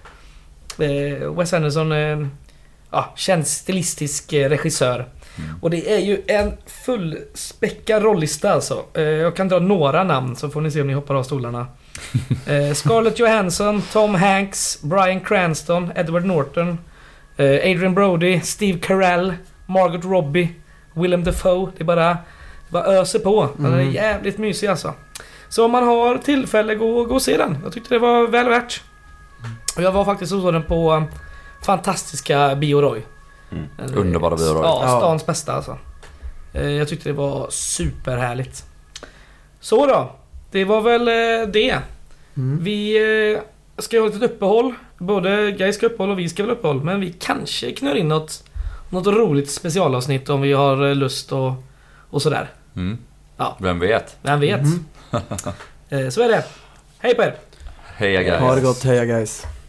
Uh, Wes Anderson uh, uh, känns stilistisk uh, regissör. Mm. Och det är ju en fullspäckad rollista alltså. eh, Jag kan dra några namn så får ni se om ni hoppar av stolarna. eh, Scarlett Johansson, Tom Hanks, Bryan Cranston, Edward Norton, eh, Adrian Brody, Steve Carell, Margot Robbie, Willem Dafoe. Det är bara, bara öser på. Den är mm. jävligt mysig alltså. Så om man har tillfälle, gå, gå och se den. Jag tyckte det var väl värt. Och jag var faktiskt och såg den på um, fantastiska Bio Roy. Mm. Underbara bio. Ja, stans bästa alltså. Jag tyckte det var superhärligt. Så då, det var väl det. Mm. Vi ska ha ett uppehåll. Både Guy ska uppehåll och vi ska väl uppehåll. Men vi kanske knör in något, något roligt specialavsnitt om vi har lust och, och sådär. Mm. Ja. Vem vet? Vem vet? Mm. Så är det. Hej på er! Heja guys! Ha det gott, heja guys!